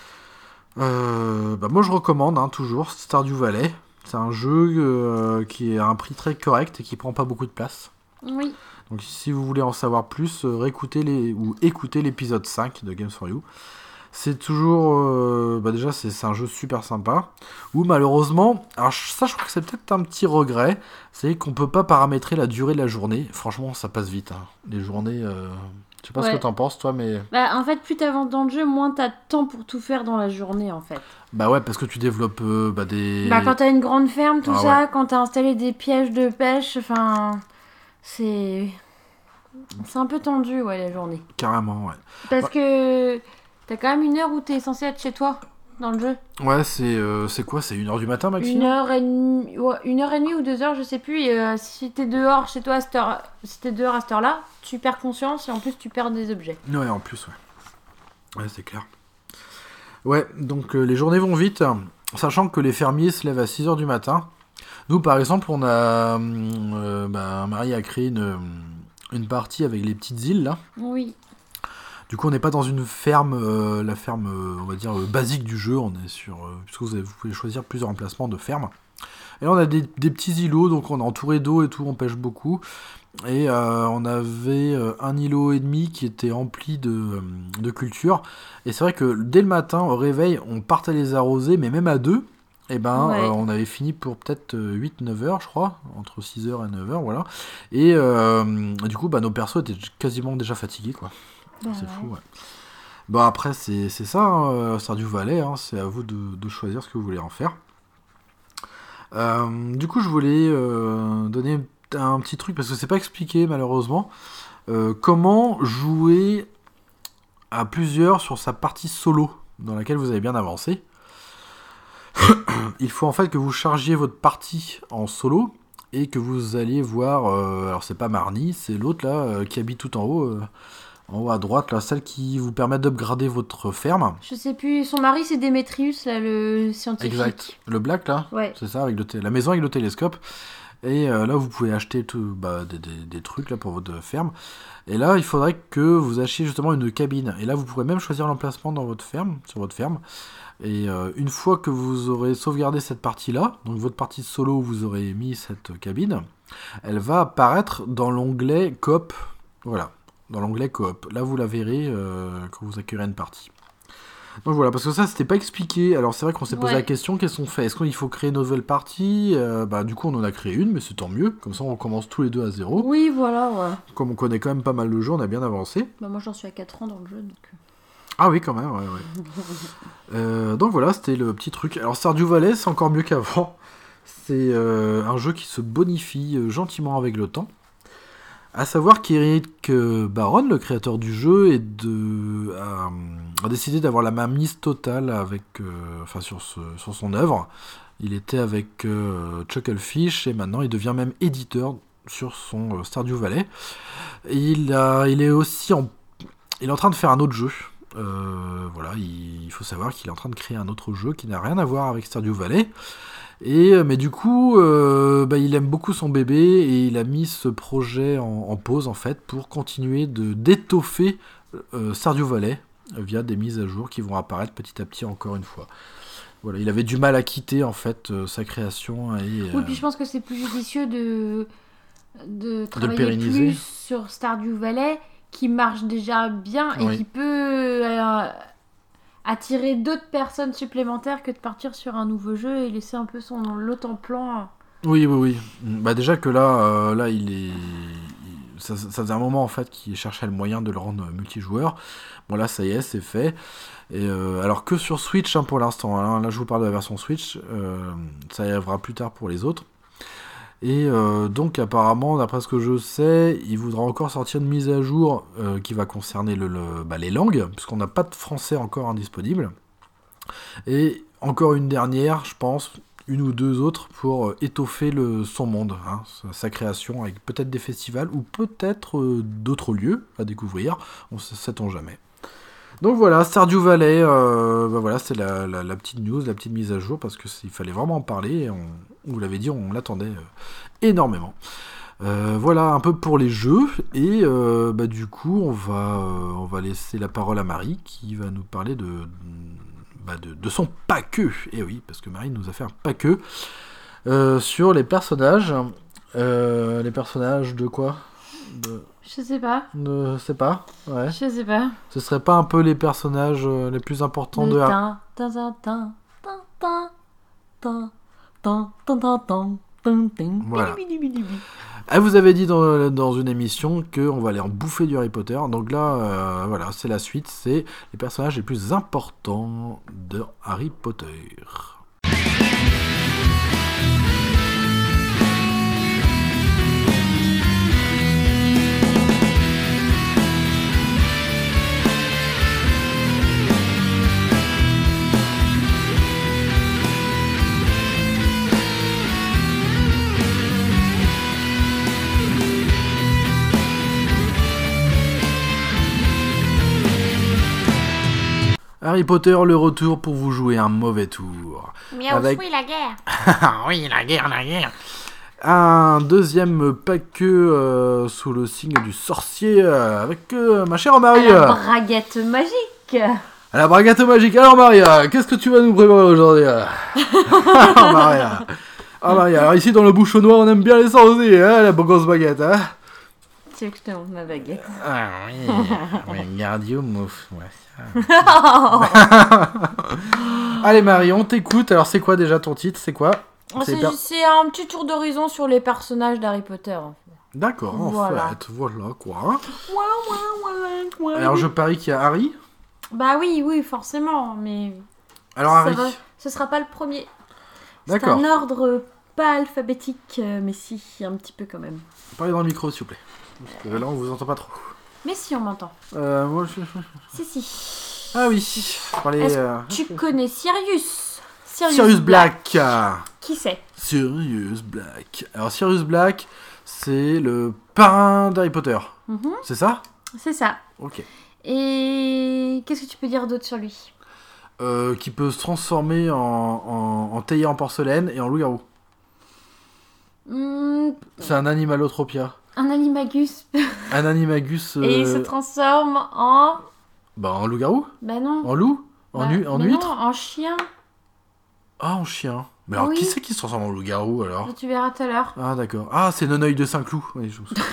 B: Moi, je recommande toujours Stardew Valley. C'est un jeu qui est à un prix très correct et qui prend pas beaucoup de place.
C: Oui.
B: Donc si vous voulez en savoir plus, écoutez l'épisode 5 de Games for You. C'est toujours... déjà, c'est un jeu super sympa. Où malheureusement... Alors ça, je crois que c'est peut-être un petit regret. C'est qu'on peut pas paramétrer la durée de la journée. Franchement, ça passe vite. Les journées... Je sais pas ce que t'en penses, toi, mais...
C: en fait, plus t'avances dans le jeu, moins t'as de temps pour tout faire dans la journée, en fait.
B: Ouais, parce que tu développes des...
C: quand t'as une grande ferme, tout ça,
B: ouais.
C: quand t'as installé des pièges de pêche, c'est un peu tendu, la journée.
B: Carrément, ouais.
C: Parce que t'as quand même 1 heure où t'es censé être chez toi, dans le jeu.
B: Ouais, c'est quoi? C'est 1h du matin, maximum?
C: 1h30 ou 2 heures, je sais plus. Et, si t'es dehors chez toi à cette heure, si t'es dehors à cette heure-là, tu perds conscience et en plus tu perds des objets.
B: Ouais, en plus, ouais. Ouais, c'est clair. Ouais, donc les journées vont vite, sachant que les fermiers se lèvent à 6h du matin. Nous, par exemple, on a... Marie a créé une partie avec les petites îles, là.
C: Oui.
B: Du coup, on n'est pas dans une ferme, la ferme, on va dire, basique du jeu. On est sur... puisque vous pouvez choisir plusieurs emplacements de ferme. Et là, on a des petits îlots, donc on est entouré d'eau et tout, on pêche beaucoup. Et on avait un îlot et demi qui était rempli de cultures. Et c'est vrai que dès le matin, au réveil, on partait les arroser, mais même à 2, on avait fini pour peut-être 8-9 heures, je crois, entre 6h et 9h, voilà. Et du coup, nos persos étaient quasiment déjà fatigués, quoi. C'est fou, ouais. Après, c'est ça, Stardew Valley, c'est à vous de choisir ce que vous voulez en faire. Du coup, je voulais donner un petit truc, parce que c'est pas expliqué, malheureusement, comment jouer à plusieurs sur sa partie solo, dans laquelle vous avez bien avancé. Il faut en fait que vous chargiez votre partie en solo et que vous alliez voir, alors c'est pas Marnie, c'est l'autre là qui habite tout en haut à droite, là, celle qui vous permet d'upgrader votre ferme.
C: Je sais plus, son mari c'est Démétrius, là, le scientifique.
B: Exact, le black là,
C: Ouais.
B: c'est ça, avec la maison avec le télescope. Et là vous pouvez acheter des trucs là pour votre ferme. Et là il faudrait que vous achetiez justement une cabine. Et là vous pourrez même choisir l'emplacement sur votre ferme. Et une fois que vous aurez sauvegardé cette partie-là, donc votre partie solo où vous aurez mis cette cabine, elle va apparaître dans l'onglet coop. Voilà, dans l'onglet coop. Là, vous la verrez quand vous accueillerez une partie. Donc voilà, parce que ça, c'était pas expliqué. Alors c'est vrai qu'on s'est posé la question, qu'est-ce qu'on fait ? Est-ce qu'il faut créer une nouvelle partie ? Du coup, on en a créé une, mais c'est tant mieux. Comme ça, on recommence tous les deux à zéro.
C: Oui, voilà, ouais.
B: Comme on connaît quand même pas mal le jeu, on a bien avancé.
C: Bah moi, j'en suis à 4 ans dans le jeu, donc...
B: Ah oui, quand même, ouais. Donc voilà, c'était le petit truc. Alors Stardew Valley, c'est encore mieux qu'avant. C'est un jeu qui se bonifie gentiment avec le temps. À savoir qu'Eric Baron, le créateur du jeu, a décidé d'avoir la mainmise totale sur son œuvre. Il était avec Chucklefish et maintenant il devient même éditeur sur son Stardew Valley. Et il est en train de faire un autre jeu. Il faut savoir qu'il est en train de créer un autre jeu qui n'a rien à voir avec Stardew Valley. Mais du coup, il aime beaucoup son bébé et il a mis ce projet en pause en fait pour continuer d'étoffer Stardew Valley via des mises à jour qui vont apparaître petit à petit encore une fois. Voilà, il avait du mal à quitter en fait sa création.
C: Oui, puis je pense que c'est plus judicieux de travailler
B: pérenniser.
C: plus sur Stardew Valley qui marche déjà bien et qui peut attirer d'autres personnes supplémentaires que de partir sur un nouveau jeu et laisser un peu l'autre en plan.
B: Oui. Déjà que là ça faisait un moment en fait qu'il cherchait le moyen de le rendre multijoueur. Bon là ça y est, c'est fait. Et alors que sur Switch pour l'instant. Hein, là je vous parle de la version Switch. Ça arrivera plus tard pour les autres. Et donc apparemment, d'après ce que je sais, il voudra encore sortir une mise à jour qui va concerner les langues, puisqu'on n'a pas de français encore indisponible. Et encore une dernière, je pense, une ou deux autres pour étoffer son monde, hein, sa création, avec peut-être des festivals ou peut-être d'autres lieux à découvrir, on ne sait-on jamais. Donc voilà, Stardew Valley, c'est la petite news, la petite mise à jour, parce qu'il fallait vraiment en parler, et on vous l'avait dit, on l'attendait énormément. Voilà un peu pour les jeux, et du coup, on va laisser la parole à Marie, qui va nous parler de son paqueux. Et oui, parce que Marie nous a fait un paqueux sur les personnages. Les personnages de quoi ?
C: Je sais pas.
B: Ne sais pas. Ouais.
C: Je sais pas.
B: Ce serait pas un peu les personnages les plus importants de Voilà. Elle vous avait dit dans une émission qu'on va aller en bouffer du Harry Potter. Donc là, c'est la suite. C'est les personnages les plus importants de Harry Potter. Harry Potter, le retour pour vous jouer un mauvais tour.
C: Miaou, oui, la guerre.
A: Oui, la guerre.
B: Un deuxième paqueux sous le signe du sorcier avec ma chère Marie.
C: La braguette magique.
B: À la braguette magique. Alors Maria, qu'est-ce que tu vas nous préparer aujourd'hui? Alors Maria. Alors ici dans le bouchonnois, on aime bien les sorciers, hein, la grosse baguette, hein.
C: Tu veux que je te montre ma baguette?
B: Ah oui, Wingardium mouf. Ouais. Allez Marie, on t'écoute. Alors c'est quoi déjà ton titre? C'est quoi?
C: C'est un petit tour d'horizon sur les personnages d'Harry Potter.
B: D'accord,
C: voilà.
B: En fait, voilà quoi. Alors je parie qu'il y a Harry.
C: Bah oui, forcément, mais...
B: Alors Harry.
C: Ce sera pas le premier.
B: D'accord.
C: C'est un ordre pas alphabétique, mais si, un petit peu quand même.
B: Parlez dans le micro s'il vous plaît. Parce que là on vous entend pas trop.
C: Mais si, on m'entend.
B: Moi,
C: Si.
B: Ah oui, je parlais...
C: Est-ce que tu connais Sirius
B: Sirius Black.
C: Qui c'est?
B: Sirius Black. Alors, Sirius Black, c'est le parrain d'Harry Potter. C'est ça?
C: C'est ça.
B: Ok.
C: Et qu'est-ce que tu peux dire d'autre sur lui?
B: Qui peut se transformer en théier en porcelaine et en loup-garou. C'est un animalotropia.
C: Un animagus.
B: Un animagus...
C: Et il se transforme en...
B: Bah, en loup-garou?
C: Bah non.
B: En loup? En
C: Mais
B: huître?
C: non, en chien.
B: Ah, en chien. Mais alors,
C: Oui.
B: qui c'est qui se transforme en loup-garou, alors?
C: Tu verras tout à l'heure.
B: Ah, d'accord. Ah, c'est Noneuil de Saint-Cloud. Oui, je me souviens.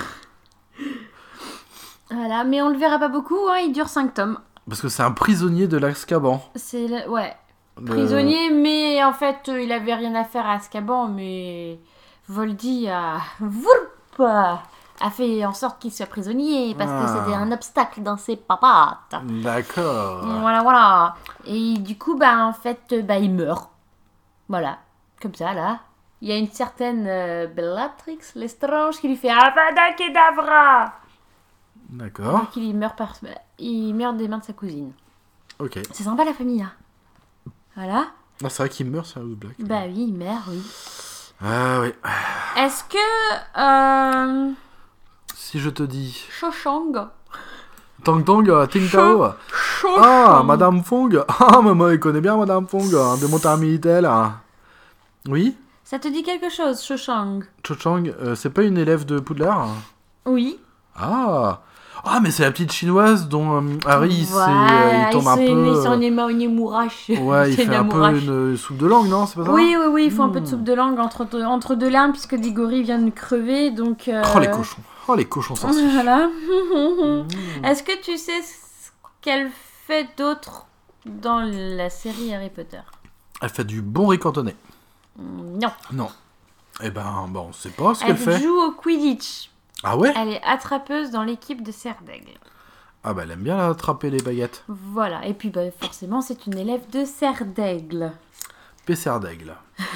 C: Voilà, mais on le verra pas beaucoup, hein, il dure 5 tomes.
B: Parce que c'est un prisonnier de l'Azkaban.
C: Ouais. Prisonnier, mais en fait, il avait rien à faire à Azkaban, mais Voldy a fait en sorte qu'il soit prisonnier, parce que c'était un obstacle dans ses papates.
B: D'accord.
C: Voilà. Et du coup, en fait, il meurt. Voilà. Comme ça, là. Il y a une certaine Bellatrix Lestrange qui lui fait Avada Kedavra.
B: D'accord.
C: Donc il meurt des mains de sa cousine.
B: Ok.
C: C'est sympa la famille, là. Voilà.
B: Ah, c'est vrai qu'il meurt, Sirius Black.
C: Bah oui, il meurt, oui.
B: Ah oui.
C: Est-ce que...
B: Si je te dis...
C: Cho-Chang.
B: Tang Tang, Ting Tao.
C: Cho-Chang.
B: Ah, Madame Fong. Ah, maman, il connaît bien Madame Fong, de montagne militaire. Oui.
C: Ça te dit quelque chose, Cho-Chang?
B: Cho Chang, c'est pas une élève de Poudlard?
C: Oui.
B: Ah, mais c'est la petite chinoise dont Harry, il tombe un peu...
C: Il s'en est mourache.
B: Ouais, il fait un peu une soupe de langue, non? C'est pas ça?
C: Oui, il faut un peu de soupe de langue entre deux larmes, puisque Diggory vient de crever, donc...
B: Oh, les cochons. Oh, les cochons sorciers.
C: Voilà. Est-ce que tu sais ce qu'elle fait d'autre dans la série Harry Potter?
B: Elle fait du bon riz cantonais.
C: Non.
B: Non. Eh ben, on sait pas ce qu'elle fait.
C: Elle joue au Quidditch.
B: Ah ouais?
C: Elle est attrapeuse dans l'équipe de Serre d'Aigle.
B: Ah bah, elle aime bien attraper les baguettes.
C: Voilà. Et puis, forcément, c'est une élève de Serre d'Aigle.
B: Pessard d'aigle.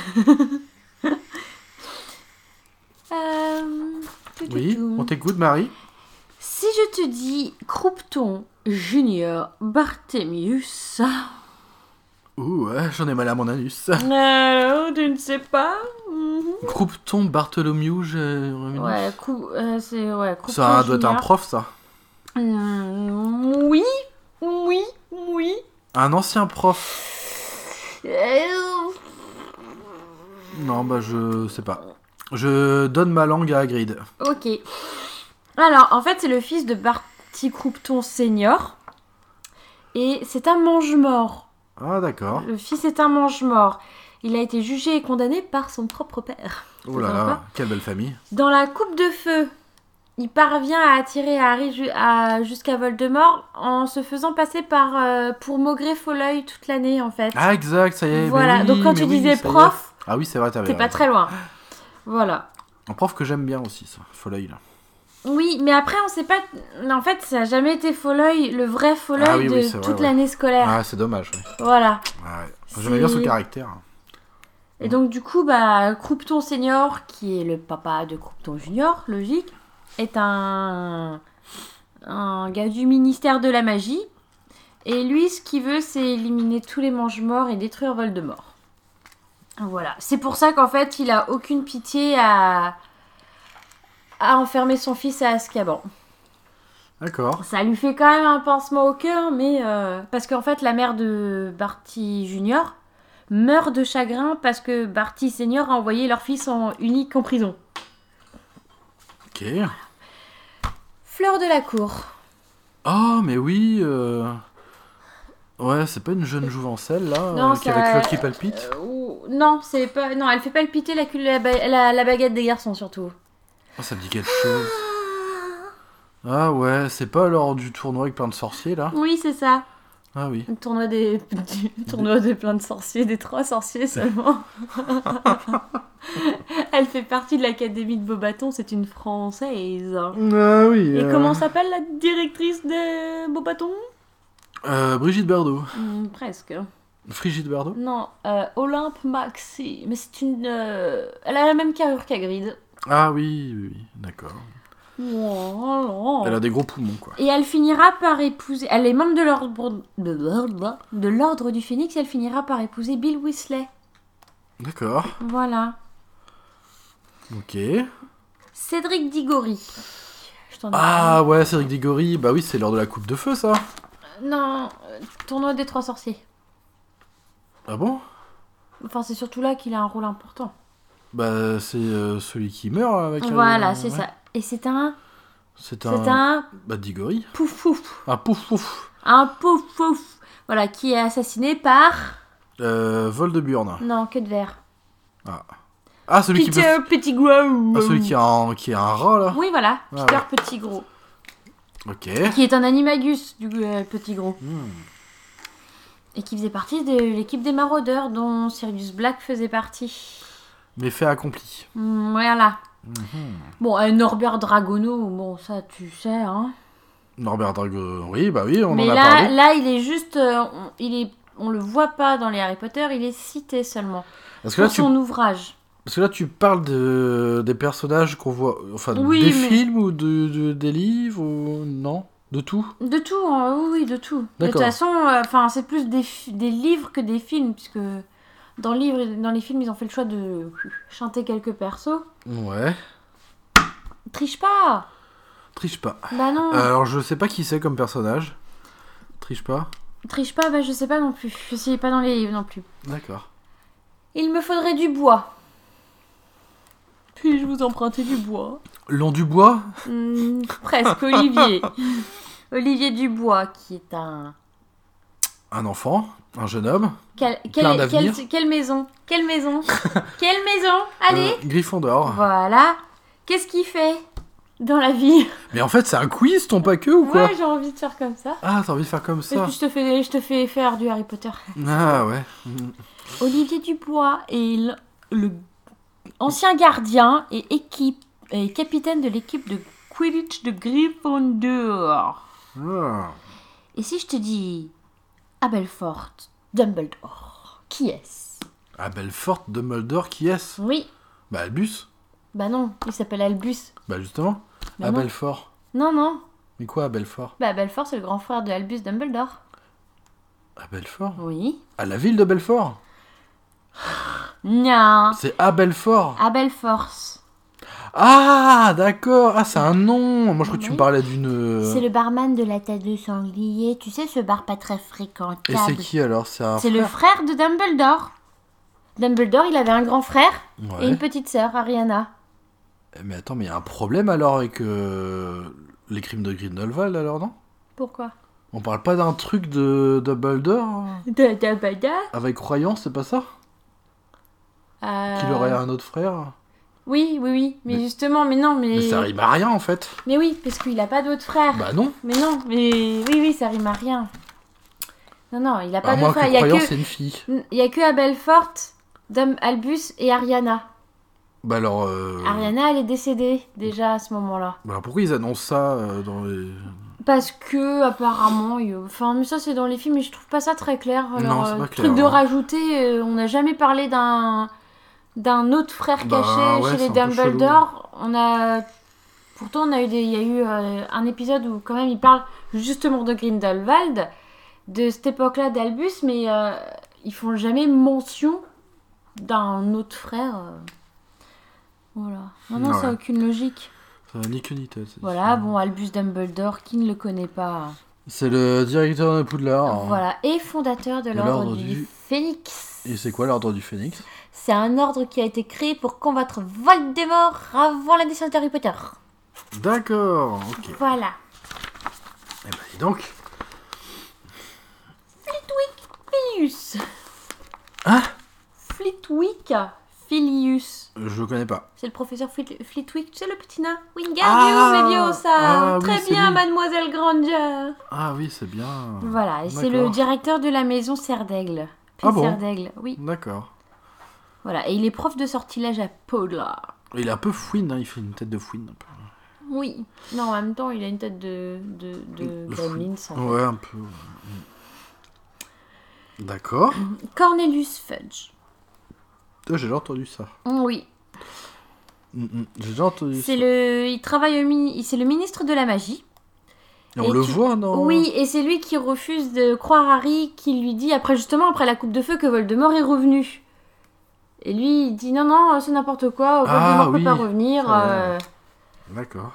B: Oui, on t'écoute, Marie.
C: Si je te dis Croupton Junior Barthemius...
B: Ouh, ouais, j'en ai mal à mon anus.
C: Alors, tu ne sais pas?
B: Croupton Bartholomew,
C: Ouais, Croupton
B: ça doit être un
C: Junior.
B: prof, ça.
C: Oui.
B: Un ancien prof. Non, bah je sais pas. Je donne ma langue à Hagrid.
C: Ok. Alors, en fait, c'est le fils de Barty Croupton Senior. Et c'est un mange-mort.
B: Ah, d'accord.
C: Le fils est un mange-mort. Il a été jugé et condamné par son propre père.
B: Oh là là, quelle belle famille.
C: Dans la coupe de feu, il parvient à attirer Harry jusqu'à Voldemort en se faisant passer pour Maugrey Folleuil toute l'année, en fait.
B: Ah, exact, ça y est.
C: Voilà,
B: oui,
C: donc quand tu disais
B: ça y est.
C: prof,
B: Ah oui, c'est vrai, t'avais
C: t'es pas
B: raison.
C: très loin. Voilà.
B: Un prof que j'aime bien aussi, ça, Folleuil, là.
C: Oui, mais après, on sait pas... En fait, ça a jamais été Folleuil, le vrai Folleuil
B: oui, c'est
C: de
B: vrai,
C: toute
B: ouais.
C: l'année scolaire.
B: Ah, c'est dommage. Ouais.
C: Voilà.
B: Ouais. J'aimais bien son caractère.
C: Et donc, du coup, Croupton Senior, qui est le papa de Croupton Junior, logique, est un gars du ministère de la magie. Et lui, ce qu'il veut, c'est éliminer tous les mange-morts et détruire Voldemort. Voilà. C'est pour ça qu'en fait, il a aucune pitié à enfermer son fils à Azkaban.
B: D'accord.
C: Ça lui fait quand même un pincement au cœur, mais... parce qu'en fait, la mère de Barty Junior meurt de chagrin parce que Barty Senior a envoyé leur fils unique en prison.
B: Ok.
C: Fleur de la cour.
B: Oh, mais oui. Ouais, c'est pas une jeune jouvencelle, là,
C: Non,
B: qui a la culotte qui palpite.
C: Non, c'est pas... Non, elle fait palpiter la baguette des garçons, surtout.
B: Oh, ça me dit quelque chose. Ah ouais, c'est pas lors du tournoi avec plein de sorciers, là?
C: Oui, c'est ça.
B: Ah oui.
C: Le tournoi des plein de sorciers, des 3 sorciers seulement. Elle fait partie de l'académie de Beaubaton, c'est une Française.
B: Ah oui.
C: Et comment s'appelle la directrice de Beaubaton?
B: Brigitte Bardot.
C: Presque.
B: Frigide Bardot?
C: Non, Olympe Maxi. Mais c'est une... Elle a la même carrure qu'Hagrid.
B: Ah oui, d'accord.
C: Voilà.
B: Elle a des gros poumons, quoi.
C: Et elle finira par épouser... Elle est membre de l'ordre du Phénix, elle finira par épouser Bill Weasley.
B: D'accord.
C: Voilà.
B: Ok.
C: Cédric Diggory. Je t'en ai
B: Ah ouais, Cédric Diggory, bah oui, c'est l'heure de la coupe de feu, ça.
C: Non, tournoi des 3 sorciers.
B: Ah bon?
C: Enfin, c'est surtout là qu'il a un rôle important.
B: Bah, c'est celui qui meurt avec
C: Voilà, c'est
B: ouais.
C: ça. Et c'est un...
B: C'est
C: C'est
B: un...
C: un
B: Bah, Diggory.
C: pouf pouf.
B: Un pouf pouf.
C: Un pouf pouf. Voilà, qui est assassiné par...
B: Voldeburn.
C: Non, que de verre.
B: Ah, celui qui peut...
C: Peter Pettigrew.
B: Ah, celui qui a un rat, là.
C: Oui, voilà,
B: Ah,
C: Peter
B: ouais.
C: Pettigrew.
B: Ok.
C: Qui est un animagus, du Pettigrew.
B: Hmm.
C: Et qui faisait partie de l'équipe des maraudeurs dont Sirius Black faisait partie.
B: Mais fait accompli.
C: Voilà.
B: Mhm.
C: Bon, Norbert Dragono, bon, ça tu sais, hein.
B: Norbert Drago, oui, bah oui, on
C: Mais
B: en a
C: là,
B: parlé.
C: là, il est juste... on le voit pas dans les Harry Potter, il est cité seulement.
B: Parce que là,
C: Pour son ouvrage.
B: tu parles des personnages qu'on voit, enfin,
C: Oui,
B: des
C: mais-
B: films ou des livres ou non, de tout.
C: De tout, oui, de tout. De toute
B: D'accord.
C: façon, c'est plus des livres que des films, puisque dans les films, ils ont fait le choix de chanter quelques persos.
B: Ouais.
C: Triche pas.
B: Triche pas.
C: Bah non.
B: Alors je sais pas qui c'est comme personnage. Triche pas.
C: Triche pas, bah je sais pas non plus. Je sais pas dans les livres non plus.
B: D'accord.
C: Il me faudrait du bois. Puis-je vous emprunter du bois?
B: Long du bois.
C: Presque, Olivier. Olivier Dubois, qui est un...
B: Un enfant, un jeune homme.
C: Quelle
B: d'avenir.
C: maison? Quelle maison? Quelle maison? Allez.
B: Griffondor.
C: Voilà. Qu'est-ce qu'il fait dans la vie?
B: Mais en fait c'est un quiz ton pas que ou quoi?
C: Ouais, j'ai envie de faire comme ça.
B: Ah t'as envie de faire comme
C: Et
B: ça?
C: puis je te fais faire du Harry Potter.
B: Ah ouais.
C: Olivier Dubois est le ancien gardien et capitaine de l'équipe de Quidditch de Gryffondor.
B: Ah.
C: Et si je te dis Abelfort Dumbledore, qui est-ce?
B: Ah Belfort, Dumbledore, qui est-ce?
C: Oui.
B: Bah Albus.
C: Bah non, il s'appelle Albus.
B: Bah justement.
C: Bah
B: à
C: non.
B: Belfort.
C: Non, non.
B: Mais quoi à Belfort?
C: Bah Belfort, c'est le grand frère de Albus Dumbledore.
B: À Belfort?
C: Oui.
B: À la ville de Belfort?
C: Non.
B: C'est à Belfort.
C: Abelfort.
B: Ah d'accord. Ah c'est un nom. Moi je crois que tu
C: Oui.
B: me parlais d'une...
C: C'est le barman de la tête de sanglier. Tu sais, ce bar pas très fréquentable.
B: Et c'est qui alors? C'est un
C: C'est le frère de Dumbledore. Dumbledore, il avait un grand frère
B: Ouais.
C: et une petite sœur, Ariana.
B: Mais attends, mais il y a un problème alors avec les crimes de Grindelwald alors, non?
C: Pourquoi?
B: On parle pas d'un truc de Dumbledore
C: Dumbledore.
B: avec croyance, c'est pas ça? Qu'il aurait un autre frère?
C: Oui, oui, oui. Mais justement, mais non, mais...
B: Mais ça rime à rien en fait.
C: Mais oui, parce qu'il a pas d'autre frère.
B: Bah non.
C: Mais non, mais... Oui, oui, ça rime à rien. Non, non, il a pas
B: À moins
C: d'autre
B: que
C: frère.
B: croyance c'est une fille.
C: Il y a que Abelfort, Albus et Ariana.
B: Bah alors...
C: Ariana, elle est décédée déjà à ce moment-là.
B: Bah alors pourquoi ils annoncent ça dans les...
C: Parce que apparemment, enfin, mais ça c'est dans les films, mais je trouve pas ça très clair. Alors,
B: Non, c'est pas clair,
C: truc de
B: hein.
C: rajouter, on n'a jamais parlé d'un autre frère
B: Bah,
C: caché
B: ouais,
C: chez les
B: c'est un peu
C: Dumbledore. Pourtant on a eu il y a eu un épisode où quand même il parle justement de Grindelwald, de cette époque-là d'Albus, mais ils font jamais mention d'un autre frère. Voilà. Non, ça n'a
B: Ouais.
C: aucune logique.
B: Ça n'a ni queue ni tête.
C: Voilà, bon, Albus Dumbledore, qui ne le connaît pas?
B: C'est le directeur de Poudlard.
C: Voilà, et fondateur de l'ordre du Phénix.
B: Et c'est quoi l'ordre du Phénix?
C: C'est un ordre qui a été créé pour combattre Voldemort avant la naissance d'Harry Potter.
B: D'accord, ok.
C: Voilà.
B: Eh ben dis donc.
C: Filius.
B: Hein?
C: Flitwick Filius.
B: Je connais pas.
C: C'est le professeur Flitwick, tu sais le petit nain? Wingardium Leviosa.
B: Ah, oui,
C: Très
B: c'est
C: bien,
B: lui.
C: Mademoiselle Granger.
B: Ah oui, c'est bien.
C: Voilà, et c'est le
B: D'accord.
C: directeur de la maison Serre d'Aigle.
B: Ah bon?
C: Serre d'Aigle, oui.
B: D'accord.
C: Voilà, et il est prof de sortilège à Poudlard.
B: Il est un peu fouine, hein, il fait une tête de fouine un peu.
C: Oui. Non, en même temps, il a une tête de gremlins. en fait.
B: Ouais, un peu. D'accord.
C: Cornelius Fudge.
B: J'ai déjà entendu ça.
C: Oui.
B: J'ai déjà entendu ça.
C: Il travaille c'est le ministre de la magie.
B: Et on le voit, non?
C: Oui, et c'est lui qui refuse de croire Harry, qui lui dit, après la coupe de feu, que Voldemort est revenu. Et lui, il dit, non, c'est n'importe quoi, Voldemort peut pas revenir.
B: D'accord.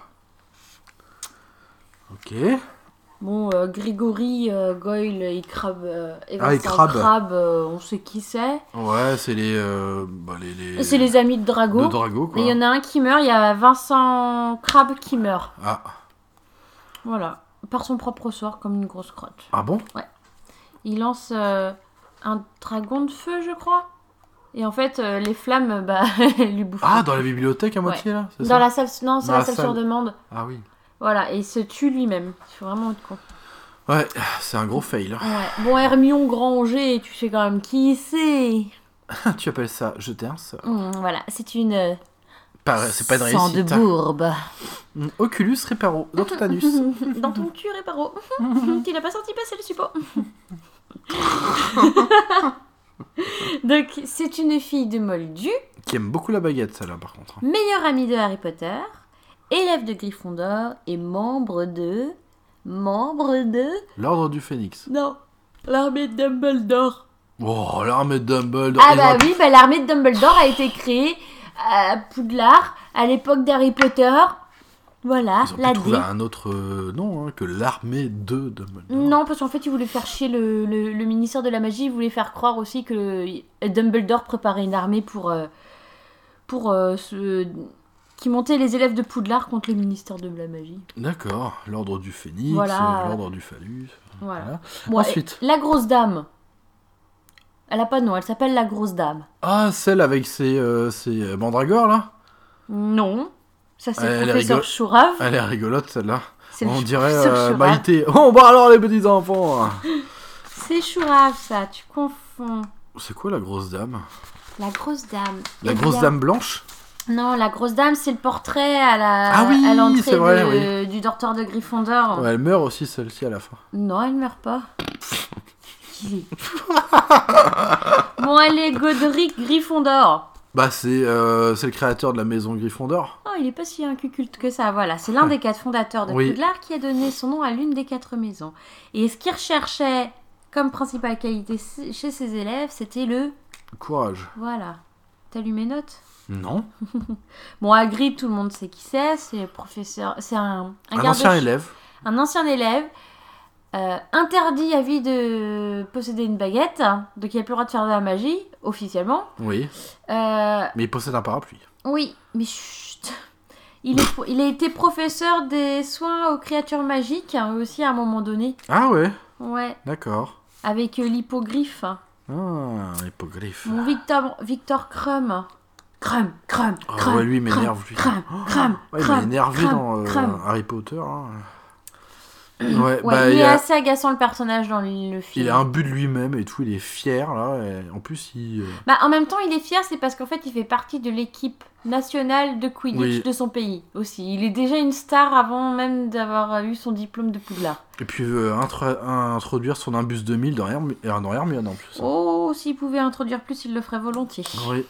B: Ok.
C: Bon, Grégory, Goyle et Crabbe, on sait qui c'est.
B: Ouais, c'est
C: C'est les amis de Drago.
B: Quoi.
C: Et il y en a un qui meurt, il y a Vincent Crabbe qui meurt.
B: Ah.
C: Voilà. Par son propre sort, comme une grosse crotte.
B: Ah bon?
C: Ouais. Il lance un dragon de feu, je crois. Et en fait, les flammes, lui bouffent.
B: Ah, dans la bibliothèque à moitié, là? C'est
C: dans
B: ça
C: la salle, non, c'est la salle sur demande.
B: Ah oui.
C: Voilà, et il se tue lui-même. Il faut vraiment être con.
B: Ouais, c'est un gros fail.
C: Ouais. Bon, Hermione Granger, tu sais quand même qui c'est.
B: Tu appelles ça jeter un sort.
C: Voilà, c'est une...
B: c'est pas une réussite.
C: Sang de bourbe.
B: Oculus Reparo, dans ton anus.
C: Dans ton cul, Reparo. Tu l'as pas senti passer le suppôt. Donc, c'est une fille de Moldu.
B: Qui aime beaucoup la baguette, celle-là, par contre.
C: Meilleure amie de Harry Potter. Élève de Gryffondor. Et membre de...
B: L'Ordre du Phénix.
C: Non, l'armée de Dumbledore.
B: Oh, l'armée de Dumbledore.
C: Ah oui, l'armée de Dumbledore a été créée à Poudlard, à l'époque d'Harry Potter. Voilà,
B: ils ont pu trouver un autre nom que l'armée de Dumbledore.
C: Non, parce qu'en fait, ils voulaient faire chier le ministère de la Magie. Ils voulaient faire croire aussi que Dumbledore préparait une armée qui montait les élèves de Poudlard contre le ministère de la Magie.
B: D'accord, l'Ordre du Phénix, l'Ordre du Phallus.
C: Voilà.
B: Bon, ensuite.
C: La grosse dame. Elle a pas de nom, elle s'appelle la grosse dame.
B: Ah, celle avec ses mandragores, là?
C: Non. Ça, c'est le professeur Chourave.
B: Elle est rigolote, celle-là.
C: On
B: dirait Maïté. Oh, bah alors, les petits enfants.
C: C'est Chourave, ça, tu confonds.
B: C'est quoi la grosse dame?
C: La grosse dame.
B: La grosse dame blanche?
C: Non, la grosse dame, c'est le portrait à l'entrée du dortoir de Gryffondor.
B: Ouais, elle meurt aussi, celle-ci, à la fin.
C: Non, elle meurt pas. Bon, allez, Godric Gryffondor.
B: C'est le créateur de la maison Gryffondor.
C: Oh, il est pas si inculte que ça, voilà. C'est l'un des 4 fondateurs de Poudlard qui a donné son nom à l'une des 4 maisons. Et ce qu'il recherchait comme principale qualité chez ses élèves, c'était le...
B: courage.
C: Voilà. T'as lu mes notes?
B: Non.
C: Bon, Hagrid, tout le monde sait qui c'est le professeur... C'est un
B: ancien élève.
C: Un ancien élève. Interdit à vie de posséder une baguette, donc il n'a plus le droit de faire de la magie, officiellement.
B: Oui. Mais il possède un parapluie.
C: Oui, mais chut. Il a été professeur des soins aux créatures magiques, aussi à un moment donné.
B: Ah ouais?
C: Ouais.
B: D'accord.
C: Avec l'hippogriffe.
B: Ah, l'hippogriffe.
C: Mon Victor Crumb. Crumb.
B: Ouais, lui, il m'énerve, lui.
C: Crumb.
B: Il m'a énervé dans Harry Potter. Ouais,
C: il est assez agaçant, le personnage, dans le film.
B: Il a un but de lui-même et tout, il est fier, là. Et en plus, il...
C: en même temps, il est fier, c'est parce qu'en fait, il fait partie de l'équipe nationale de Quidditch de son pays, aussi. Il est déjà une star avant même d'avoir eu son diplôme de Poudlard.
B: Et puis, introduire son imbus 2000 dans Hermione, en plus.
C: Oh, s'il pouvait introduire plus, il le ferait volontiers.
B: Oui.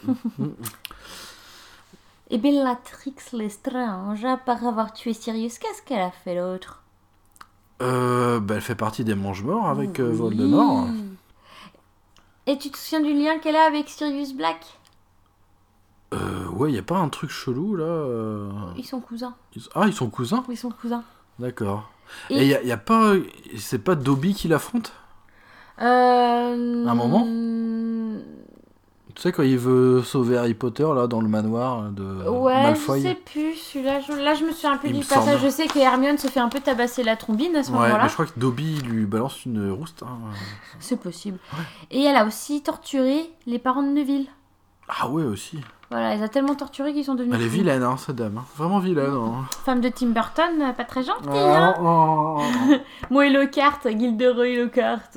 C: Et Bellatrix Lestrange, par avoir tué Sirius, qu'est-ce qu'elle a fait, l'autre?
B: Elle fait partie des Mange-Morts avec Voldemort.
C: Et tu te souviens du lien qu'elle a avec Sirius Black?
B: Ouais, y a pas un truc chelou, là
C: Ils sont cousins.
B: Ah, ils sont cousins?
C: Ils sont cousins.
B: D'accord. Et y a pas... C'est pas Dobby qui l'affronte? À un moment? Tu sais, quand il veut sauver Harry Potter, là, dans le manoir de Malfoy.
C: Je sais plus, celui-là, je me suis un peu du passage. Je sais que Hermione se fait un peu tabasser la trombine à ce moment-là.
B: Mais je crois que Dobby lui balance une rouste.
C: C'est possible.
B: Ouais.
C: Et elle a aussi torturé les parents de Neville.
B: Ah ouais, aussi.
C: Voilà, elle les a tellement torturés qu'ils sont devenus
B: Elle est vilaine, cette dame. Vraiment vilaine.
C: Femme de Tim Burton, pas très gentille. Moi et Lockhart, Gilderoy Lockhart.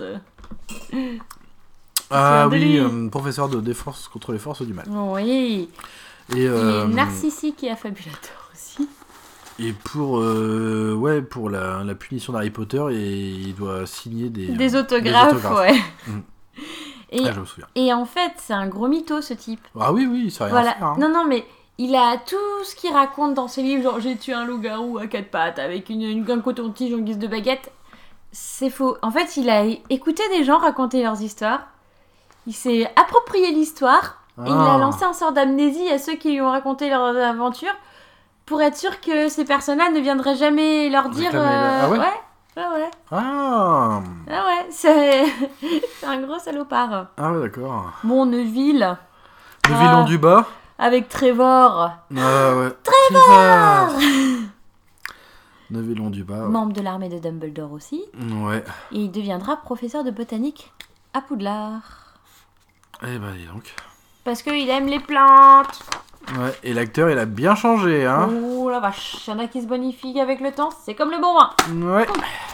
B: Ah oui, professeur de défense contre les forces du mal.
C: Oui.
B: Et, il
C: est narcissique et affabulateur aussi.
B: Et pour la punition d'Harry Potter, il doit signer des
C: autographes. Ouais.
B: Je me souviens.
C: Et en fait, c'est un gros mytho, ce type.
B: Ah oui, ça a rien à faire. Hein.
C: Non, mais il a tout ce qu'il raconte dans ses livres, genre j'ai tué un loup-garou à 4 pattes avec un coton-tige en guise de baguette. C'est faux. En fait, il a écouté des gens raconter leurs histoires. Il s'est approprié l'histoire. Et il a lancé un sort d'amnésie à ceux qui lui ont raconté leurs aventures pour être sûr que ces personnes-là ne viendraient jamais leur dire...
B: Ah ouais.
C: Ouais.
B: Ah
C: C'est un gros salopard.
B: Ah ouais, d'accord.
C: Bon, Neville.
B: Neville du bas.
C: Avec Trevor.
B: Ah ouais. Trevor Neville du bas. Ouais.
C: Membre de l'armée de Dumbledore aussi.
B: Ouais.
C: Et il deviendra professeur de botanique à Poudlard.
B: Eh ben, dis donc.
C: Parce qu'il aime les plantes.
B: Ouais, et l'acteur, il a bien changé, hein.
C: Oh la vache, il y en a qui se bonifient avec le temps, c'est comme le bon vin.
B: Ouais.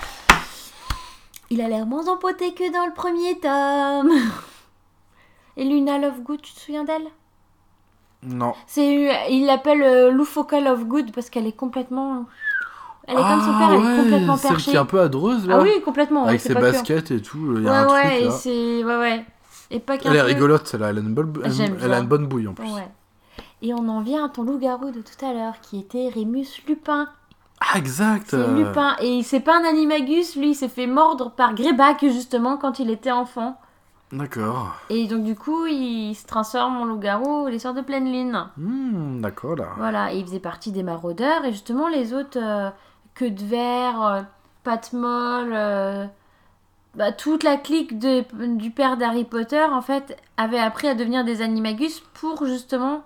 C: Il a l'air moins empoté que dans le premier tome. Et Luna Lovegood, tu te souviens d'elle?
B: Non.
C: Il l'appelle Loufoka Lovegood parce qu'elle est complètement... Elle est comme son père, elle est complètement
B: celle
C: perchée.
B: qui est un peu adreuse, là.
C: Ah oui, complètement.
B: Avec
C: c'est
B: ses
C: pas
B: baskets et tout, il y a un truc, là.
C: Ouais. Et pas qu'un
B: Elle est
C: peu...
B: rigolote, celle-là. Elle a une bonne bouille, en plus.
C: Ouais. Et on en vient à ton loup-garou de tout à l'heure, qui était Rémus Lupin.
B: Ah, exact.
C: C'est Lupin. Et c'est pas un animagus, lui, il s'est fait mordre par Greyback, justement, quand il était enfant.
B: D'accord.
C: Et donc, du coup, il se transforme en loup-garou, les sorts de pleine lune.
B: D'accord, là.
C: Voilà, et il faisait partie des maraudeurs. Et justement, les autres, Queue de Verre, Patmol... toute la clique du père d'Harry Potter, en fait, avait appris à devenir des animagus pour, justement...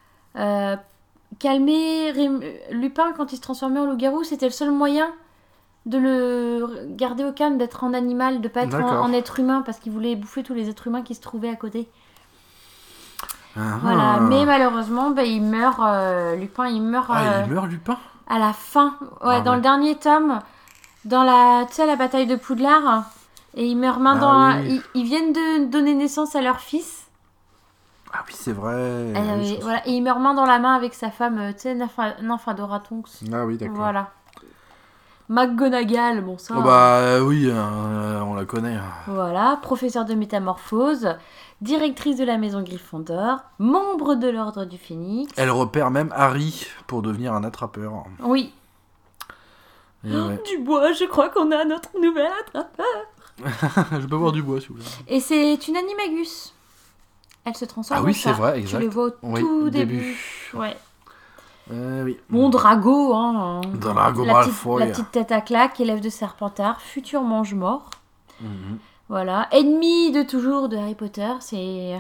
C: calmer Lupin quand il se transformait en loup-garou. C'était le seul moyen de le garder au calme, d'être en animal, de pas être en être humain, parce qu'il voulait bouffer tous les êtres humains qui se trouvaient à côté. Voilà, mais malheureusement il meurt, Lupin il meurt
B: il meurt Lupin
C: à la fin, dans le dernier tome, dans la bataille de Poudlard, et il meurt ils viennent de donner naissance à leur fils.
B: Ah oui, c'est vrai.
C: Et il meurt main dans la main avec sa femme, Nymphadora Tonks.
B: Ah oui, d'accord.
C: Voilà. McGonagall, bon ça...
B: oui, on la connaît.
C: Voilà, professeur de métamorphose, directrice de la maison Gryffondor, membre de l'ordre du Phénix.
B: Elle repère même Harry pour devenir un attrapeur.
C: Oui. Du bois, je crois qu'on a notre nouvel attrapeur.
B: Je peux boire du bois, s'il vous plaît.
C: Et c'est une animagus. Elle se transforme
B: en chat. C'est vrai, exact.
C: Tu le vois au tout début. Ouais.
B: Oui.
C: Mon Drago, hein.
B: Drago
C: Malfoy. La petite tête à claque, élève de Serpentard, futur mange-mort. Voilà. Ennemi de toujours de Harry Potter, c'est...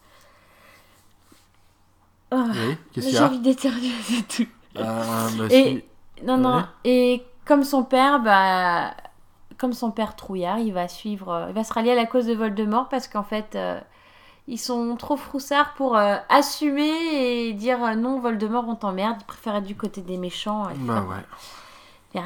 B: Oui, qu'est-ce qu'il y a ?
C: J'ai envie d'éternuer, c'est tout.
B: Non.
C: Et comme son père, trouillard, il va se rallier à la cause de Voldemort parce qu'en fait... ils sont trop froussards pour assumer et dire non, Voldemort, on t'emmerde. Ils préfèrent être du côté des méchants.
B: Ouais.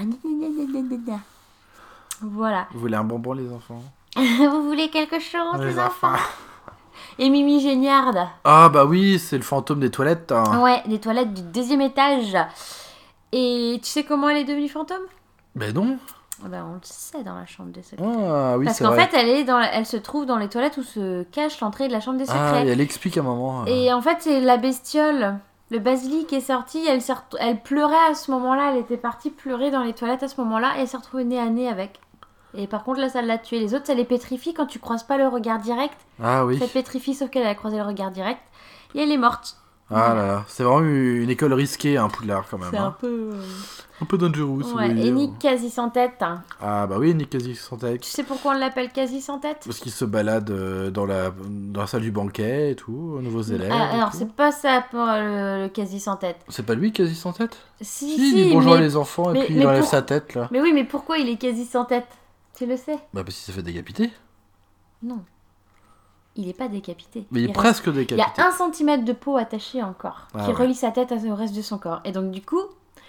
C: Voilà.
B: Vous voulez un bonbon, les enfants ?
C: Vous voulez quelque chose, les enfants ? Et Mimi Géniarde.
B: Ah bah oui, c'est le fantôme des toilettes.
C: Ouais, des toilettes du 2e étage. Et tu sais comment elle est devenue fantôme ?
B: Ben non.
C: On le sait dans la chambre des secrets.
B: Ah oui,
C: parce qu'en fait, elle se trouve dans les toilettes où se cache l'entrée de la chambre des secrets.
B: Ah, et elle explique à un moment.
C: Et en fait, c'est la bestiole, le basilic qui est sorti. Elle pleurait à ce moment-là. Elle était partie pleurer dans les toilettes à ce moment-là. Et elle s'est retrouvée nez à nez avec. Et par contre, là, ça l'a tuée. Les autres, ça les pétrifie quand tu croises pas le regard direct.
B: Ah oui.
C: Ça te pétrifie, sauf qu'elle a croisé le regard direct. Et elle est morte.
B: Ah là là, c'est vraiment une école risquée, Poudlard, quand même.
C: C'est un peu...
B: Un peu dangereux,
C: ouais, et Nick quasi sans tête.
B: Ah bah oui, Nick quasi sans tête.
C: Tu sais pourquoi on l'appelle quasi sans tête ?
B: Parce qu'il se balade dans la salle du banquet et tout, aux nouveaux élèves.
C: Alors, c'est pas ça pour le quasi sans tête.
B: C'est pas lui quasi sans tête ?
C: Si,
B: il dit bonjour les enfants et puis il enlève sa tête, là.
C: Mais oui, mais pourquoi il est quasi sans tête ? Tu le sais ?
B: Bah parce qu'il s'est fait décapiter.
C: Non. Il est pas décapité.
B: Mais il est presque décapité.
C: Il y a 1 centimètre de peau attachée encore, qui relie sa tête au reste de son corps. Et donc du coup,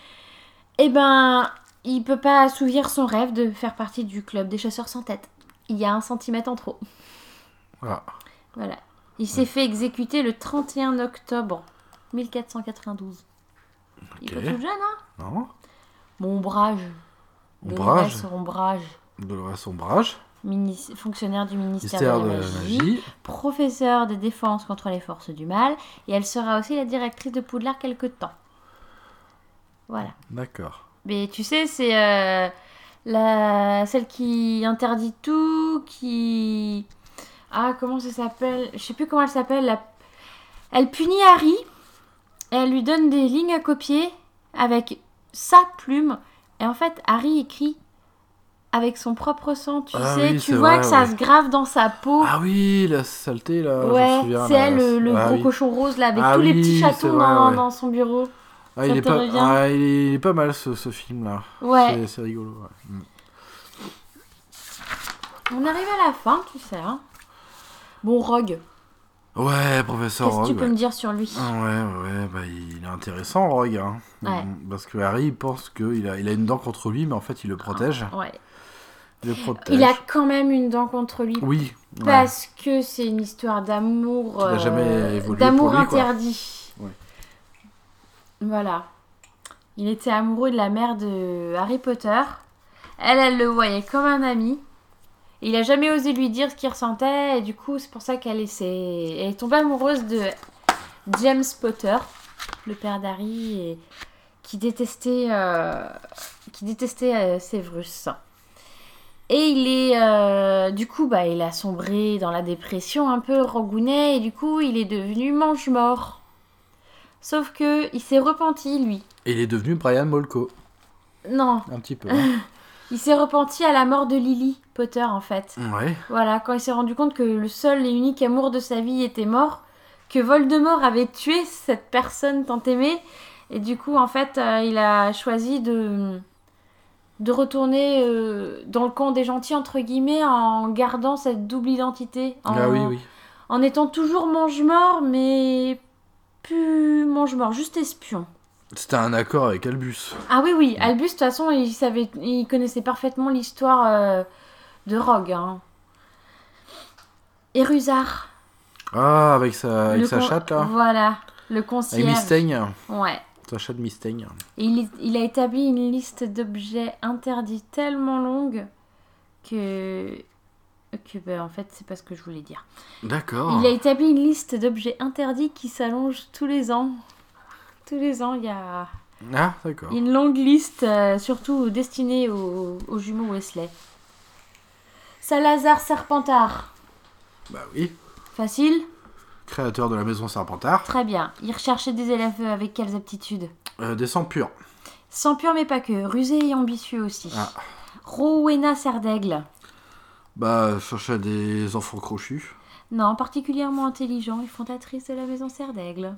C: il peut pas assouvir son rêve de faire partie du club des chasseurs sans tête. Il y a 1 centimètre en trop. Voilà. Il s'est fait exécuter le 31 octobre 1492. Il est pas tout jeune, hein ?
B: Non.
C: Mon ombrage.
B: Ombrage.
C: Ombrage.
B: Dolores Ombrage.
C: fonctionnaire du ministère de la Magie, professeur de défense contre les forces du mal, et elle sera aussi la directrice de Poudlard quelque temps. Voilà.
B: D'accord.
C: Mais tu sais, c'est celle qui interdit tout, qui... Ah, comment ça s'appelle ? Je sais plus comment elle s'appelle. Elle punit Harry, et elle lui donne des lignes à copier avec sa plume. Et en fait, Harry écrit avec son propre sang, tu sais. Tu vois que ça se grave dans sa peau.
B: Ah oui, la saleté, là.
C: Ouais,
B: je me souviens,
C: c'est elle, le gros cochon rose, là, avec tous les petits chatons dans son bureau.
B: Ah, il est pas mal, ce film-là.
C: Ouais.
B: C'est rigolo, ouais.
C: On arrive à la fin, tu sais, hein. Bon, Rogue.
B: Ouais, professeur Rogue.
C: Qu'est-ce que tu peux me dire sur lui ?
B: Ouais, bah il est intéressant, Rogue. Hein.
C: Ouais.
B: Parce que Harry pense qu'il a une dent contre lui, mais en fait il le protège.
C: Ouais.
B: Il le protège.
C: Il a quand même une dent contre lui.
B: Oui.
C: Parce que c'est une histoire d'amour.
B: Il n'a jamais évolué
C: d'amour
B: pour lui,
C: interdit.
B: Ouais.
C: Voilà. Il était amoureux de la mère de Harry Potter. Elle le voyait comme un ami. Et il a jamais osé lui dire ce qu'il ressentait. Et du coup, c'est pour ça qu'elle est tombée amoureuse de James Potter, le père d'Harry, et qui détestait Severus. Et il est du coup, il a sombré dans la dépression un peu rogounet, et du coup, il est devenu mange-mort. Sauf que il s'est repenti, lui.
B: Et il est devenu Brian Molko.
C: Non.
B: Un petit peu. Hein.
C: Il s'est repenti à la mort de Lily Potter, en fait.
B: Ouais.
C: Voilà, quand il s'est rendu compte que le seul et unique amour de sa vie était mort, que Voldemort avait tué cette personne tant aimée, et du coup, en fait, il a choisi de retourner dans le camp des gentils, entre guillemets, en gardant cette double identité.
B: Oui.
C: En étant toujours mange-mort, mais plus mange-mort, juste espion.
B: C'était un accord avec Albus.
C: Ah oui, Albus, de toute façon, il connaissait parfaitement l'histoire de Rogue. Hein. Et Rusard.
B: Ah, avec sa chatte, là.
C: Voilà, le concierge.
B: Avec Mystaigne.
C: Ouais.
B: Sa chatte Mystaigne.
C: Et il a établi une liste d'objets interdits tellement longue que en fait, c'est pas ce que je voulais dire.
B: D'accord.
C: Il a établi une liste d'objets interdits qui s'allonge tous les ans. Tous les ans, il y a une longue liste, surtout destinée aux jumeaux Weasley. Salazar Serpentard.
B: Bah oui.
C: Facile.
B: Créateur de la maison Serpentard.
C: Très bien. Il recherchait des élèves avec quelles aptitudes ?
B: Des sangs purs.
C: Sang pur, mais pas que. Rusé et ambitieux aussi.
B: Ah.
C: Rowena Serdaigle.
B: Cherchait des enfants crochus.
C: Non, particulièrement intelligent et fondatrice de la maison Serdaigle.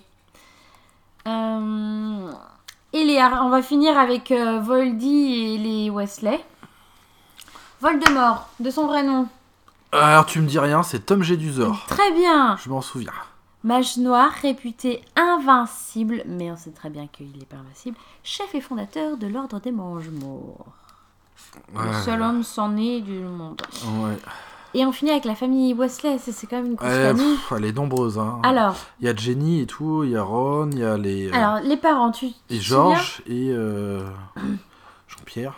C: On va finir avec Voldy et les Weasley. Voldemort, de son vrai nom.
B: Alors tu me dis rien, c'est Tom Jedusor.
C: Très bien.
B: Je m'en souviens.
C: Mage noir, réputé invincible, mais on sait très bien qu'il n'est pas invincible. Chef et fondateur de l'ordre des Mange-Morts. Le seul homme sans nez du monde.
B: Ouais.
C: Et on finit avec la famille Weasley, c'est quand même une grosse famille.
B: Elle est nombreuse. Hein.
C: Alors.
B: Il y a Jenny et tout, il y a Ron, il y a les...
C: Alors, les parents, tu
B: et Georges et Jean-Pierre.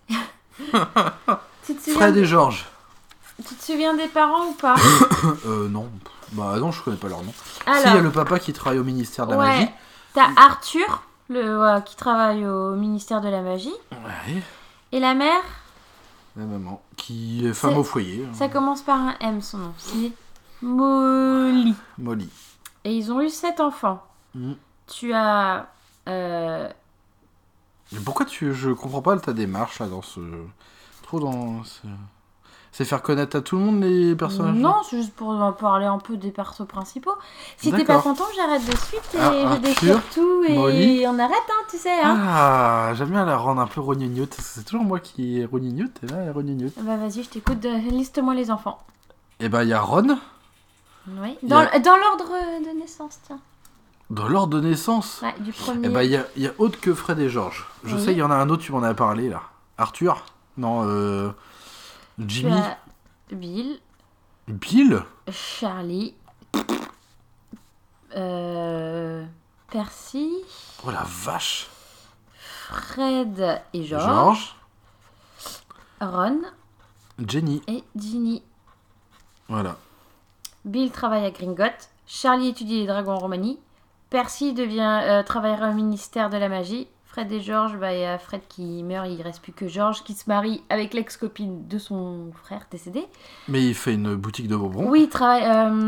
B: Fred et Georges.
C: Tu te souviens des parents ou pas?
B: Non. Bah non, je connais pas leur nom.
C: Alors,
B: si, il y a le papa qui travaille au ministère de la magie.
C: T'as Arthur, qui travaille au ministère de la magie.
B: Ouais.
C: Et la mère?
B: La maman, qui est femme au foyer.
C: Ça commence par un M, son nom. C'est Molly.
B: Molly.
C: Et ils ont eu 7 enfants. Tu as...
B: Mais pourquoi je comprends pas ta démarche là dans ce... Trop dans ce... C'est faire connaître à tout le monde les personnages?
C: Non, c'est juste pour parler un peu des persos principaux. Si t'es pas content, j'arrête de suite et je déchire tout et Molly. On arrête, hein, tu sais. Hein.
B: Ah, j'aime bien la rendre un peu rognognotte. C'est toujours moi qui est rognognotte et là, elle est rognognotte.
C: Bah vas-y, je t'écoute. Liste-moi les enfants.
B: Et bah, il y a Ron.
C: Oui. Dans l'ordre de naissance, tiens.
B: Dans l'ordre de naissance?
C: Ouais, du premier.
B: Et bah, il y a autre que Fred et Georges. Je sais, il y en a un autre, tu m'en as parlé là. Arthur? Non, Jimmy.
C: Bill.
B: Bill?
C: Charlie. Percy.
B: Oh la vache.
C: Fred et Georges. Ron.
B: Jenny.
C: et Ginny.
B: Voilà.
C: Bill travaille à Gringotts. Charlie étudie les dragons en Roumanie. Percy travaillera au ministère de la magie. Fred et George, il y a Fred qui meurt, il reste plus que George qui se marie avec l'ex-copine de son frère décédé.
B: Mais il fait une boutique de bonbons.
C: Oui, il travaille...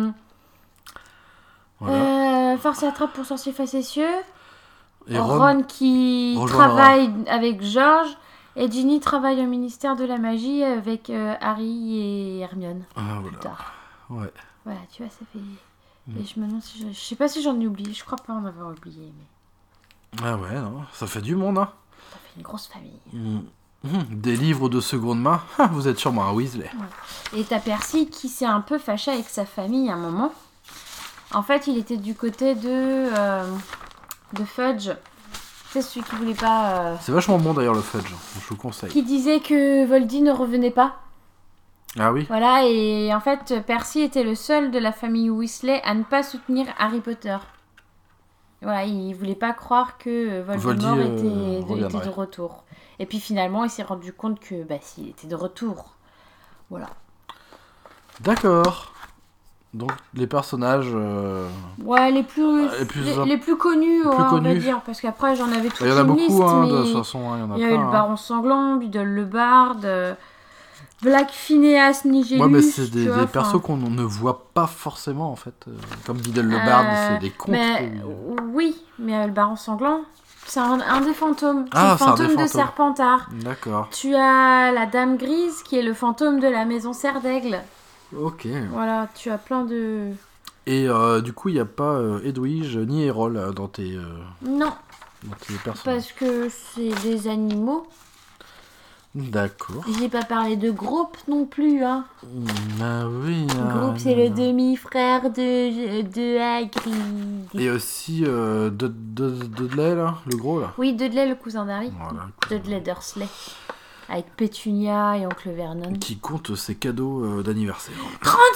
B: Voilà.
C: Force et attrape pour sorcier facétieux.
B: Et
C: Ron qui travaille avec George. Et Ginny travaille au ministère de la magie avec Harry et Hermione.
B: Ah,
C: Plus
B: voilà.
C: tard.
B: Ouais.
C: Voilà, tu vois, ça fait... Et je me demande si je sais pas si j'en ai oublié. Je crois pas en avoir oublié, mais...
B: Ah ouais, non, ça fait du monde, hein.
C: Ça fait une grosse famille.
B: Des livres de seconde main. Vous êtes sûrement un Weasley.
C: Ouais. Et t'as Percy qui s'est un peu fâché avec sa famille à un moment. En fait, il était du côté de Fudge. C'est celui qui voulait pas...
B: C'est vachement bon d'ailleurs le fudge, je vous conseille.
C: Qui disait que Voldy ne revenait pas.
B: Ah oui.
C: Voilà, et en fait, Percy était le seul de la famille Weasley à ne pas soutenir Harry Potter. Voilà, il voulait pas croire que Voldemort était de retour. Et puis finalement, il s'est rendu compte que s'il était de retour. Voilà.
B: D'accord. Donc les personnages...
C: Ouais, les plus connus, on va dire. Parce qu'après, j'en avais toute une liste.
B: Il y en a beaucoup, de toute façon. Il y en a
C: il y a eu le Baron Sanglant, Biddle le Barde... Black Phineas Nigellus.
B: Ouais, mais c'est des persos qu'on ne voit pas forcément en fait. Comme Biddle le Barde, c'est des contes.
C: Oui, mais le Baron Sanglant, c'est un des fantômes.
B: Ah,
C: c'est le fantôme de Serpentard.
B: D'accord.
C: Tu as la Dame Grise qui est le fantôme de la maison Serre d'Aigle.
B: Ok.
C: Voilà, tu as plein de...
B: Et du coup, il n'y a pas Edwige ni Errol dans tes...
C: Non,
B: dans tes personnages.
C: parce que c'est des animaux.
B: D'accord.
C: J'ai pas parlé de groupe non plus, hein.
B: Ah oui.
C: Groupe, c'est le demi-frère de Hagrid.
B: Et aussi Dudley, là, le gros, là.
C: Oui, Dudley, le cousin d'Harry.
B: Voilà,
C: Dudley Dursley. Avec Pétunia et Oncle Vernon.
B: Qui compte ses cadeaux d'anniversaire.
C: 36 !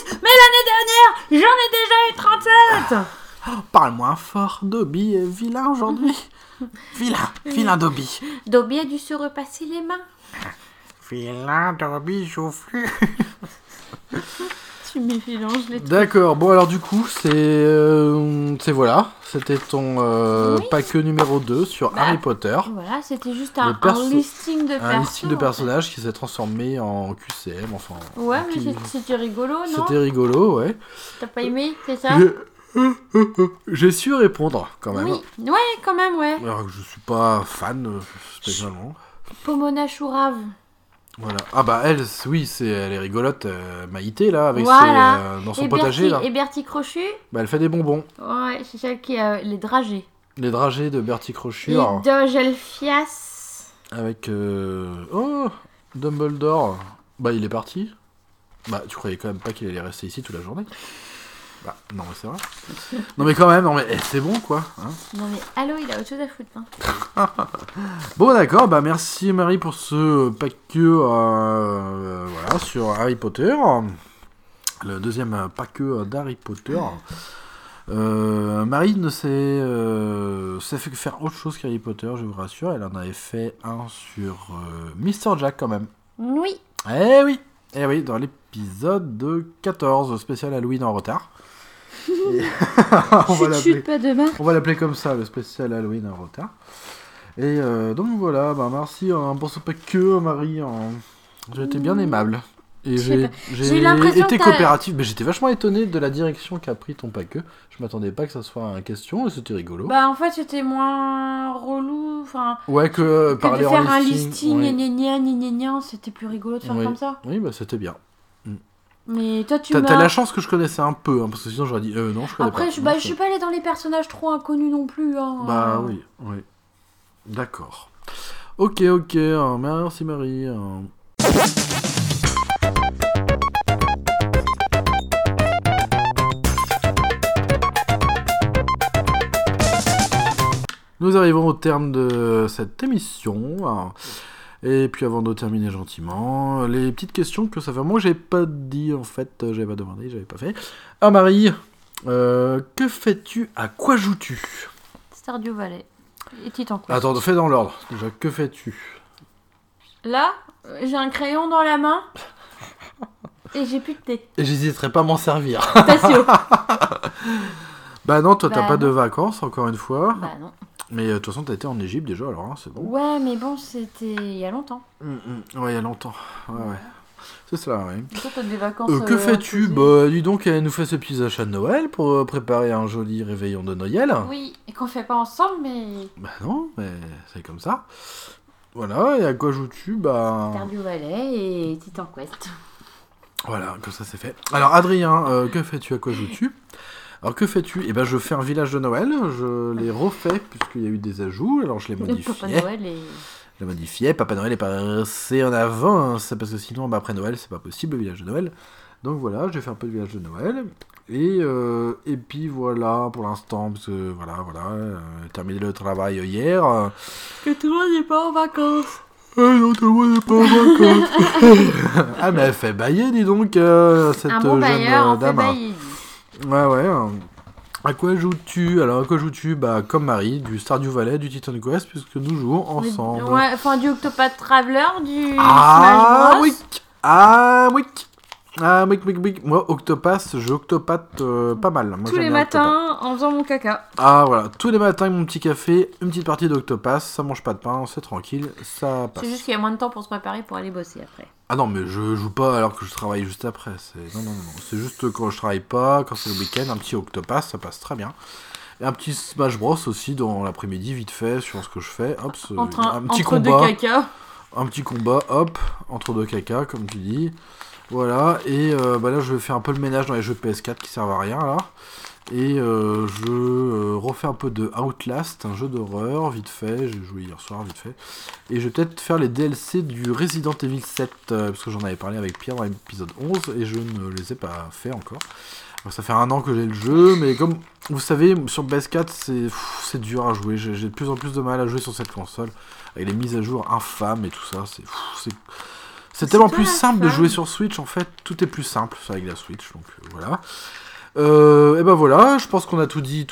C: Mais l'année dernière, j'en ai déjà eu 37 !
B: Parle moins fort, Dobby est vilain aujourd'hui. Vilain Dobby.
C: Dobby a dû se repasser les mains.
A: Vilain Dobby joufflu.
C: Tu mélanges les trucs.
B: D'accord, bon alors du coup, c'est voilà. C'était ton pack numéro 2 sur Harry Potter.
C: Voilà, c'était juste un listing de
B: Un listing de personnages qui s'est transformé en QCM, enfin...
C: Ouais, mais c'était rigolo, non ?
B: C'était rigolo, ouais.
C: T'as pas aimé, c'est ça ?
B: J'ai su répondre, quand même.
C: Oui, ouais, quand même, ouais.
B: Alors que je suis pas fan, spécialement.
C: Pomona Chourave.
B: Voilà. Ah bah elle, oui, elle est rigolote, Maïté, là, avec dans son potager, là.
C: Et Bertie Crochu.
B: Bah elle fait des bonbons.
C: Ouais, c'est celle qui a les dragées.
B: Les dragées de Bertie Crochu.
C: Et Doge Elphias.
B: Avec... Oh, Dumbledore. Bah il est parti. Bah tu croyais quand même pas qu'il allait rester ici toute la journée ? Bah, non, mais c'est vrai. Non, mais quand même, c'est bon, quoi. Hein.
C: Non, mais allô, il a autre chose à foutre. Hein.
B: Bon, d'accord, bah merci Marie pour ce pack voilà, sur Harry Potter. Le deuxième pack d'Harry Potter. Marie ne sait fait faire autre chose qu'Harry Potter, je vous rassure. Elle en avait fait un sur Mr. Jack, quand même.
C: Oui.
B: Eh oui, dans l'épisode de 14, spécial Halloween en retard. On va l'appeler comme ça, le spécial Halloween en retard. Et donc voilà, bah merci pour ce pack Marie. J'ai été bien aimable. Et j'ai été coopératif. Mais j'étais vachement étonné de la direction qu'a pris ton pack. Je m'attendais pas que ça soit une question et c'était rigolo.
C: Bah en fait c'était moins relou.
B: Ouais, que parler
C: de faire
B: en
C: un listing, gna, c'était plus rigolo de faire comme ça.
B: Oui, bah c'était bien.
C: Mais toi
B: t'as la chance que je connaissais un peu, hein, parce que sinon j'aurais dit non, je connais pas.
C: Après, je suis pas allée dans les personnages trop inconnus non plus. Hein.
B: Bah oui. D'accord. Ok, merci Marie. Nous arrivons au terme de cette émission. Et puis avant de terminer gentiment, les petites questions que ça fait moi j'ai pas dit en fait, j'avais pas demandé, j'avais pas fait. Ah Marie, que fais-tu, à quoi joues-tu ?
C: Stardew Valley. Et Titan Quest.
B: Attends, fais dans l'ordre. Déjà, que fais-tu ?
C: Là, j'ai un crayon dans la main et j'ai plus de thé.
B: Et j'hésiterai pas à m'en servir.
C: Tasio.
B: Bah non, toi t'as
C: Bah
B: pas de
C: non.
B: vacances encore une fois.
C: Bah non.
B: Mais de toute façon t'as été en Égypte déjà alors, hein, c'est bon.
C: Ouais, mais bon, c'était il y a longtemps.
B: Ouais, il y a longtemps. Ouais. C'est ça, ouais.
C: Toi, t'as des vacances.
B: Que fais-tu?
C: posées.
B: Bah dis donc, elle nous fait ses petits achats de Noël pour préparer un joli réveillon de Noël.
C: Oui, et qu'on fait pas ensemble, mais.
B: Bah non, mais c'est comme ça. Voilà, et à quoi joues-tu? Bah...
C: Stardew Valley et Titan Quest.
B: Voilà, comme ça c'est fait. Alors Adrien, que fais-tu? À quoi joues-tu? Alors que fais-tu? Eh ben je fais un village de Noël, je l'ai refait puisqu'il y a eu des ajouts, alors je l'ai
C: Le
B: modifié.
C: Papa Noël et.
B: Je l'ai modifié, Papa Noël est passé en avant, hein, c'est parce que sinon bah, après Noël c'est pas possible le village de Noël. Donc voilà, j'ai fait un peu de village de Noël. Et puis voilà pour l'instant, parce que voilà, j'ai terminé le travail hier.
C: Que tout le monde n'est pas en vacances.
B: Non, tout le monde n'est pas en vacances. Ah mais elle fait bailler dis donc, cette
C: Un bon
B: jeune
C: bailleur en fait
B: dame.
C: bailler.
B: Ouais. À quoi joues-tu? Alors, à quoi joues-tu? Bah, comme Marie, du Stardew Valley, du Titan Quest, puisque nous jouons ensemble.
C: Ouais, enfin du Octopath Traveler, du
B: Ah
C: Smash Bros.
B: oui! Moi, Octopath, je Octopath pas mal. Moi,
C: Tous
B: j'aime
C: les
B: bien Octopath.
C: matins en faisant mon caca.
B: Ah voilà, tous les matins avec mon petit café, une petite partie d'Octopath, ça mange pas de pain, c'est tranquille, ça passe.
C: C'est juste qu'il y a moins de temps pour se préparer pour aller bosser après.
B: Ah non, mais je joue pas alors que je travaille juste après. Non. C'est juste quand je travaille pas, quand c'est le week-end, un petit Octopath, ça passe très bien. Et un petit Smash Bros aussi dans l'après-midi, vite fait, sur ce que je fais. Hop, un petit
C: entre
B: combat.
C: deux caca.
B: Un petit combat, hop, entre deux caca, comme tu dis. Voilà, et bah là je vais faire un peu le ménage dans les jeux PS4 qui servent à rien là. Et je refais un peu de Outlast, un jeu d'horreur, vite fait, j'ai joué hier soir, vite fait. Et je vais peut-être faire les DLC du Resident Evil 7, parce que j'en avais parlé avec Pierre dans l'épisode 11, et je ne les ai pas fait encore. Alors, ça fait 1 an que j'ai le jeu, mais comme vous savez, sur PS4, c'est dur à jouer, j'ai de plus en plus de mal à jouer sur cette console, avec les mises à jour infâmes et tout ça, c'est tellement plus simple de jouer sur Switch, en fait, tout est plus simple avec la Switch, donc voilà. Et ben voilà, je pense qu'on a tout dit.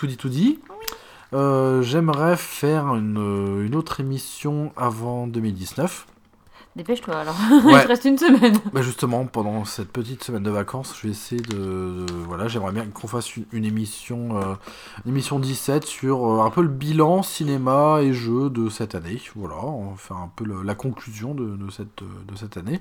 B: J'aimerais faire une autre émission avant 2019.
C: Dépêche-toi alors,
B: Ouais.
C: il te reste une semaine.
B: Bah justement, pendant cette petite semaine de vacances, je vais essayer voilà, j'aimerais bien qu'on fasse une émission 17 sur un peu le bilan cinéma et jeux de cette année. Voilà, on va faire un peu la conclusion de cette année.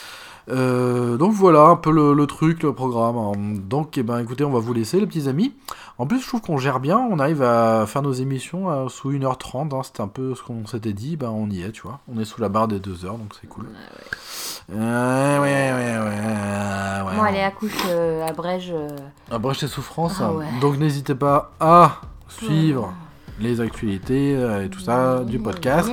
B: Donc voilà un peu le truc, le programme. Donc écoutez, on va vous laisser les petits amis. En plus je trouve qu'on gère bien, on arrive à faire nos émissions sous 1h30, hein, c'était un peu ce qu'on s'était dit, on y est, tu vois. On est sous la barre des 2 heures, donc c'est cool. Ouais.
C: Bon allez, accouche, abrège.
B: Abrège tes souffrances,
C: Ah ouais.
B: donc n'hésitez pas à suivre les actualités et tout ça du podcast.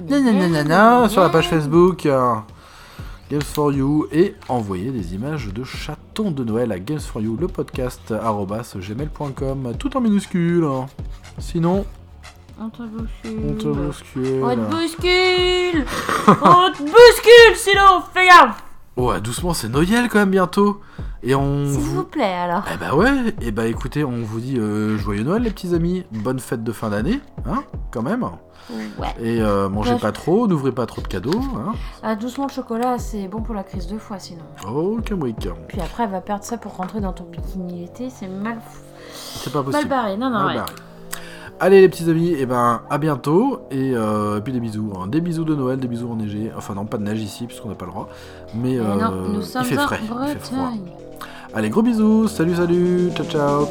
B: Sur la page Facebook. Games for You et envoyer des images de chatons de Noël à Games for You, le podcast @gmail.com, tout en minuscule. Sinon,
C: On te bouscule.
B: on te bouscule.
C: On te bouscule. On te bouscule, sinon fais gaffe.
B: Ouais, doucement, c'est Noël quand même bientôt. Et on
C: S'il vous plaît alors.
B: Eh bah ouais, et bah écoutez, on vous dit joyeux Noël les petits amis, bonne fête de fin d'année, hein, quand même.
C: Ouais.
B: Et mangez
C: Ouais,
B: pas trop, n'ouvrez pas trop de cadeaux, hein.
C: Ah, doucement le chocolat, c'est bon pour la crise de foie sinon.
B: Ok, week.
C: Puis après, elle va perdre ça pour rentrer dans ton bikini l'été, c'est mal
B: C'est pas possible.
C: mal barré. Non,
B: Mal
C: ouais.
B: barré. Allez les petits amis, et à bientôt, et puis des bisous, hein. Des bisous de Noël, des bisous enneigés, enfin non, pas de neige ici, puisqu'on n'a pas le droit, mais
C: Non, nous sommes
B: il fait
C: en
B: frais, il fait froid.
C: Bretagne.
B: Allez, gros bisous, salut, ciao.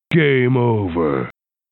D: Game over.